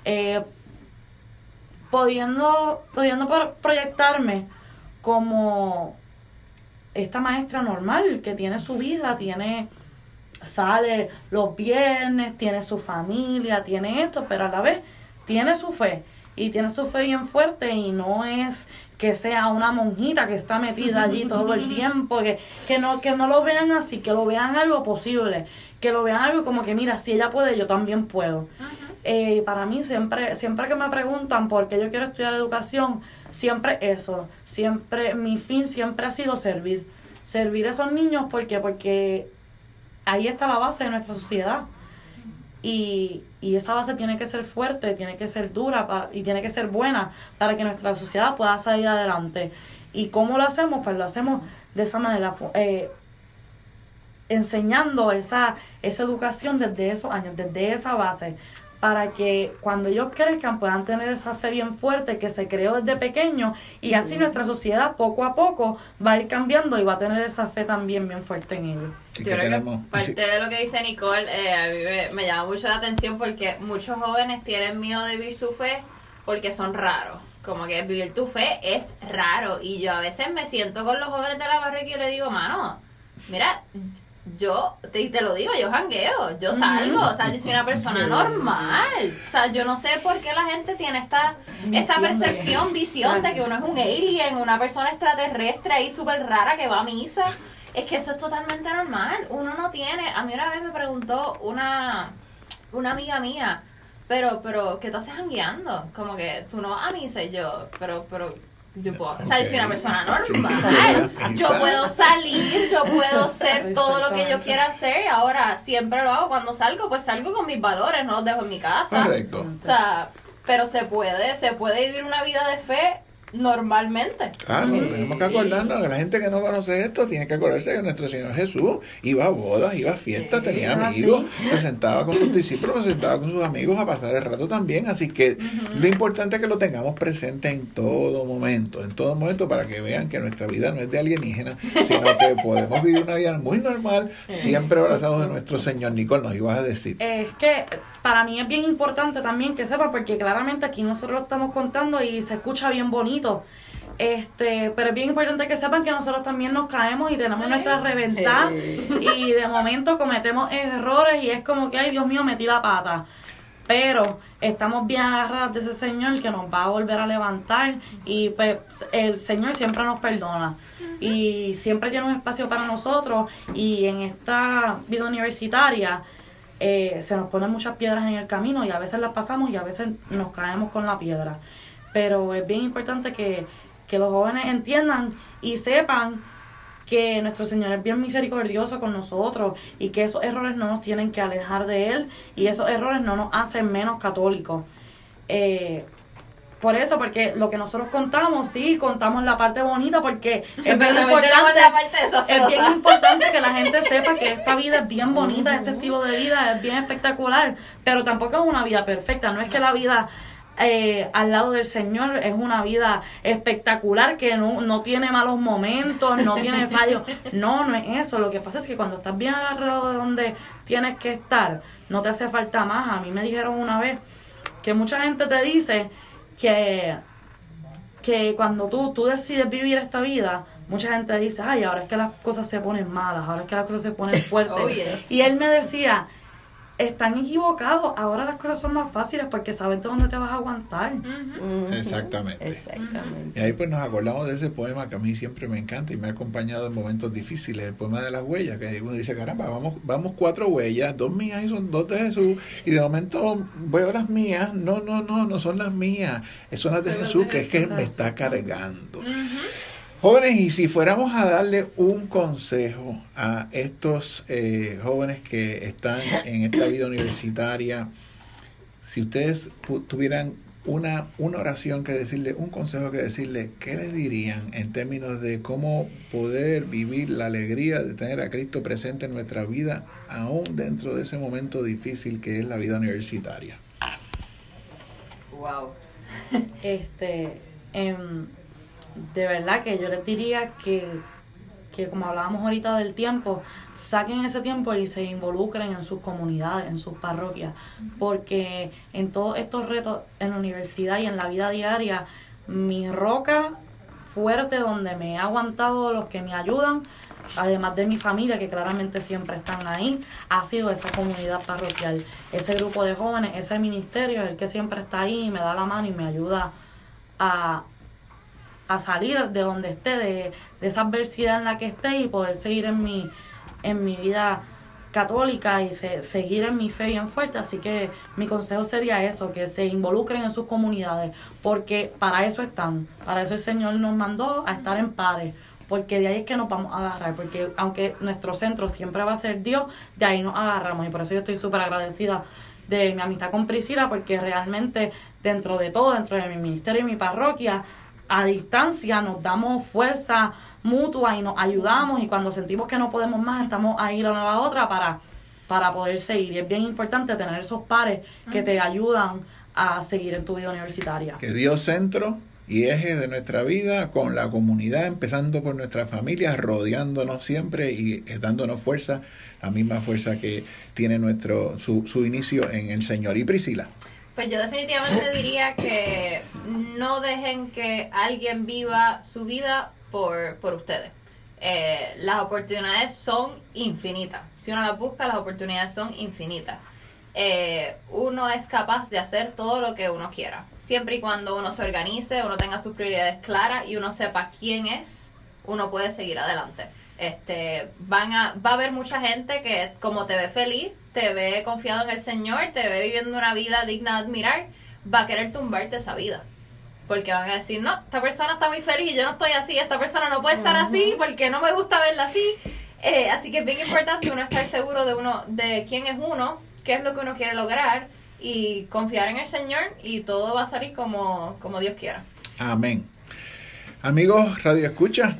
Pudiendo proyectarme como esta maestra normal que tiene su vida, sale los viernes, tiene su familia, tiene esto, pero a la vez tiene su fe. Y tiene su fe bien fuerte y no es que sea una monjita que está metida allí todo el tiempo, que no lo vean así, que lo vean algo posible, que lo vean algo como que mira, si ella puede, yo también puedo. Para mí siempre que me preguntan por qué yo quiero estudiar educación, siempre eso, mi fin siempre ha sido servir a esos niños porque ahí está la base de nuestra sociedad. Y esa base tiene que ser fuerte, tiene que ser dura y tiene que ser buena para que nuestra sociedad pueda salir adelante. ¿Y cómo lo hacemos? Pues lo hacemos de esa manera, enseñando esa educación desde esos años, desde esa base, para que cuando ellos crezcan puedan tener esa fe bien fuerte que se creó desde pequeño y así nuestra sociedad poco a poco va a ir cambiando y va a tener esa fe también bien fuerte en ellos. Yo creo que parte de lo que dice Nicole a mí me llama mucho la atención porque muchos jóvenes tienen miedo de vivir su fe porque son raros. Como que vivir tu fe es raro y yo a veces me siento con los jóvenes de la parroquia y le digo, mano, mira, yo te lo digo, yo jangueo, yo salgo, o sea, yo soy una persona normal, o sea, yo no sé por qué la gente tiene esta visión de que uno es un alien, una persona extraterrestre ahí súper rara que va a misa. Es que eso es totalmente normal, uno no tiene. A mí una vez me preguntó una amiga mía, pero ¿qué tú haces jangueando? Como que tú no vas a misa y yo, pero yo puedo, o sea, yo soy una persona normal, yo puedo salir, yo puedo hacer todo lo que yo quiera hacer y ahora siempre lo hago. Cuando salgo, pues salgo con mis valores, no los dejo en mi casa. Correcto. O sea, pero se puede vivir una vida de fe normalmente. Claro, tenemos que acordarnos que la gente que no conoce esto tiene que acordarse que nuestro Señor Jesús iba a bodas, iba a fiestas, tenía amigos, se sentaba con sus discípulos, se sentaba con sus amigos a pasar el rato también, así que lo importante es que lo tengamos presente en todo momento para que vean que nuestra vida no es de alienígena, sino que podemos vivir una vida muy normal, siempre abrazados de nuestro Señor. Nicole, nos ibas a decir. Es que para mí es bien importante también que sepan, porque claramente aquí nosotros lo estamos contando y se escucha bien bonito, pero es bien importante que sepan que nosotros también nos caemos y tenemos nuestra reventada y de momento cometemos errores y es como que, ay Dios mío, metí la pata, pero estamos bien agarrados de ese Señor que nos va a volver a levantar y pues el Señor siempre nos perdona y siempre tiene un espacio para nosotros. Y en esta vida universitaria se nos ponen muchas piedras en el camino y a veces las pasamos y a veces nos caemos con la piedra, pero es bien importante que los jóvenes entiendan y sepan que nuestro Señor es bien misericordioso con nosotros y que esos errores no nos tienen que alejar de Él y esos errores no nos hacen menos católicos. Por eso, porque lo que nosotros contamos, sí, contamos la parte bonita, porque es bien importante que la gente sepa que esta vida es bien bonita, este estilo de vida es bien espectacular, pero tampoco es una vida perfecta, no es que la vida al lado del Señor es una vida espectacular, que no tiene malos momentos, no tiene fallos, no es eso. Lo que pasa es que cuando estás bien agarrado de donde tienes que estar, no te hace falta más. A mí me dijeron una vez que mucha gente te dice que cuando tú decides vivir esta vida, mucha gente dice, ay, ahora es que las cosas se ponen malas, ahora es que las cosas se ponen fuertes. Oh, yes. Y él me decía, están equivocados, ahora las cosas son más fáciles porque sabes de dónde te vas a aguantar. Exactamente. Y ahí pues nos acordamos de ese poema que a mí siempre me encanta y me ha acompañado en momentos difíciles, el poema de las huellas, que uno dice, caramba, vamos 4 huellas, 2 mías y son 2 de Jesús, y de momento veo las mías, no son las mías, son las de Jesús, que es que me está cargando. Jóvenes, y si fuéramos a darle un consejo a estos jóvenes que están en esta vida universitaria, si ustedes tuvieran una oración que decirle, un consejo que decirle, ¿qué les dirían en términos de cómo poder vivir la alegría de tener a Cristo presente en nuestra vida, aún dentro de ese momento difícil que es la vida universitaria? Wow. De verdad que yo les diría que como hablábamos ahorita del tiempo, saquen ese tiempo y se involucren en sus comunidades, en sus parroquias, porque en todos estos retos en la universidad y en la vida diaria, mi roca fuerte donde me he aguantado, los que me ayudan, además de mi familia, que claramente siempre están ahí, ha sido esa comunidad parroquial, ese grupo de jóvenes, ese ministerio, el que siempre está ahí, me da la mano y me ayuda a salir de donde esté, de esa adversidad en la que esté y poder seguir en mi vida católica y seguir en mi fe bien fuerte. Así que mi consejo sería eso, que se involucren en sus comunidades, porque para eso están, para eso el Señor nos mandó a estar en pares, porque de ahí es que nos vamos a agarrar, porque aunque nuestro centro siempre va a ser Dios, de ahí nos agarramos, y por eso yo estoy súper agradecida de mi amistad con Priscila, porque realmente dentro de todo, dentro de mi ministerio y mi parroquia, a distancia nos damos fuerza mutua y nos ayudamos, y cuando sentimos que no podemos más, estamos ahí la una a la otra para poder seguir. Y es bien importante tener esos pares que te ayudan a seguir en tu vida universitaria. Que Dios centro y eje de nuestra vida, con la comunidad, empezando por nuestra familia, rodeándonos siempre y dándonos fuerza, la misma fuerza que tiene su inicio en el Señor. Y Priscila. Pues yo definitivamente diría que no dejen que alguien viva su vida por ustedes. Las oportunidades son infinitas. Si uno las busca, las oportunidades son infinitas. Uno es capaz de hacer todo lo que uno quiera. Siempre y cuando uno se organice, uno tenga sus prioridades claras y uno sepa quién es, uno puede seguir adelante. Va a haber mucha gente que, como te ve feliz, te ve confiado en el Señor, te ve viviendo una vida digna de admirar, va a querer tumbarte esa vida. Porque van a decir, no, esta persona está muy feliz y yo no estoy así, esta persona no puede estar así porque no me gusta verla así. Así que es bien importante uno estar seguro de quién es uno, qué es lo que uno quiere lograr, y confiar en el Señor, y todo va a salir como Dios quiera. Amén. Amigos Radio Escucha,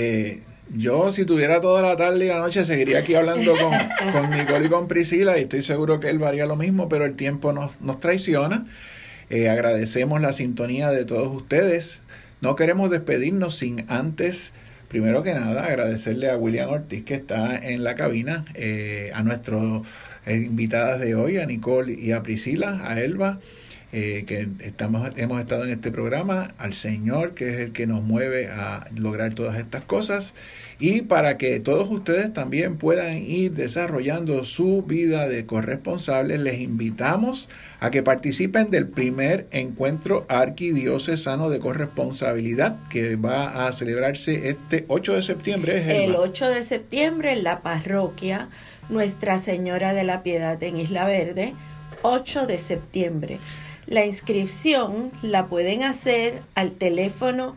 yo, si tuviera toda la tarde y la noche, seguiría aquí hablando con Nicole y con Priscila, y estoy seguro que él haría lo mismo, pero el tiempo nos traiciona. Agradecemos la sintonía de todos ustedes. No queremos despedirnos sin antes, primero que nada, agradecerle a William Ortiz, que está en la cabina, a nuestros invitadas de hoy, a Nicole y a Priscila, a Elba, que hemos estado en este programa, al Señor, que es el que nos mueve a lograr todas estas cosas, y para que todos ustedes también puedan ir desarrollando su vida de corresponsables, les invitamos a que participen del primer encuentro arquidiocesano de corresponsabilidad, que va a celebrarse este 8 de septiembre. El 8 de septiembre en la parroquia Nuestra Señora de la Piedad en Isla Verde, 8 de septiembre. La inscripción la pueden hacer al teléfono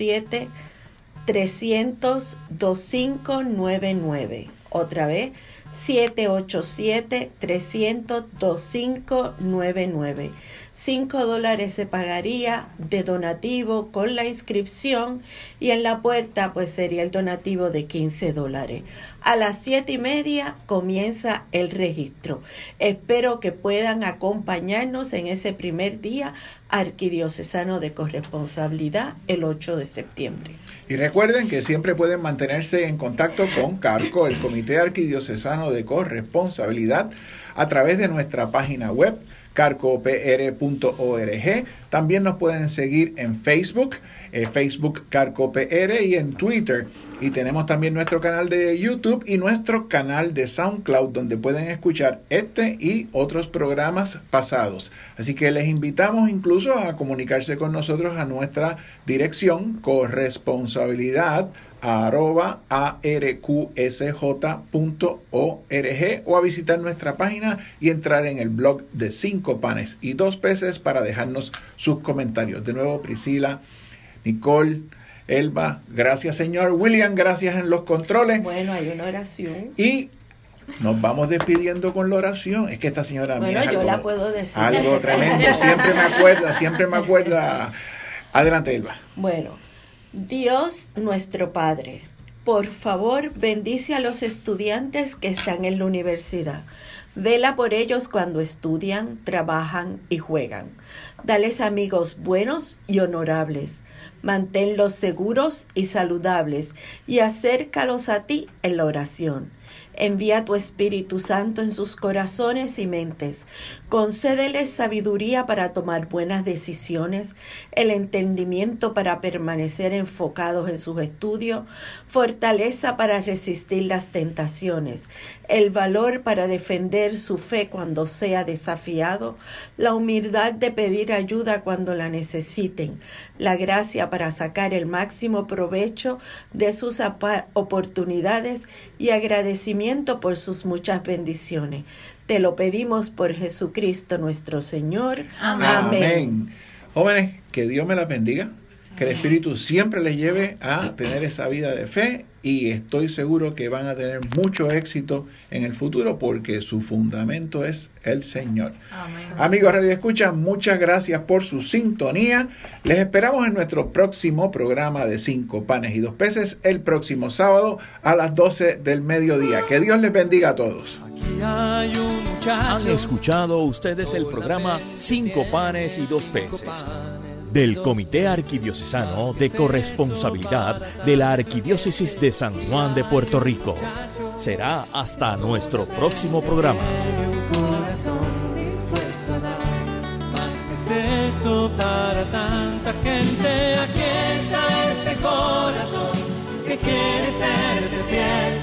787-300-2599. Otra vez, 787-300-2599. $5 se pagaría de donativo con la inscripción y en la puerta pues sería el donativo de $15. A las 7:30 comienza el registro. Espero que puedan acompañarnos en ese primer día arquidiocesano de corresponsabilidad el 8 de septiembre. Y recuerden que siempre pueden mantenerse en contacto con CARCO, el Comité Arquidiocesano de Corresponsabilidad, a través de nuestra página web carcopr.org. También nos pueden seguir en Facebook, Facebook CarcoPR, y en Twitter. Y tenemos también nuestro canal de YouTube y nuestro canal de SoundCloud, donde pueden escuchar este y otros programas pasados. Así que les invitamos incluso a comunicarse con nosotros a nuestra dirección corresponsabilidad@arqsj.org, o a visitar nuestra página y entrar en el blog de 5 panes y 2 peces para dejarnos sus comentarios. De nuevo, Priscila, Nicole, Elba, gracias Señor. William, gracias en los controles. Bueno, hay una oración. Y nos vamos despidiendo con la oración. Es que esta señora... Bueno, yo la puedo decir. Algo tremendo. Siempre me acuerda. Adelante, Elba. Bueno, Dios nuestro Padre, por favor, bendice a los estudiantes que están en la universidad. Vela por ellos cuando estudian, trabajan y juegan. Dales amigos buenos y honorables. Manténlos seguros y saludables y acércalos a ti en la oración. Envía tu Espíritu Santo en sus corazones y mentes. Concédeles sabiduría para tomar buenas decisiones, el entendimiento para permanecer enfocados en sus estudios, fortaleza para resistir las tentaciones, el valor para defender su fe cuando sea desafiado, la humildad de pedir ayuda cuando la necesiten, la gracia para sacar el máximo provecho de sus oportunidades y agradecimiento por sus muchas bendiciones. Te lo pedimos por Jesucristo nuestro Señor. Amén. Amén. Jóvenes, que Dios me las bendiga, que el Espíritu siempre les lleve a tener esa vida de fe, y estoy seguro que van a tener mucho éxito en el futuro porque su fundamento es el Señor. Amén. Amigos Radio Escucha, muchas gracias por su sintonía. Les esperamos en nuestro próximo programa de 5 panes y 2 peces el próximo sábado a las 12 del mediodía. Que Dios les bendiga a todos. Han escuchado ustedes el programa 5 panes y 2 peces del Comité Arquidiocesano de Corresponsabilidad de la Arquidiócesis de San Juan de Puerto Rico. Será hasta nuestro próximo programa. Eso para tanta gente. Aquí está este corazón que quiere serte fiel.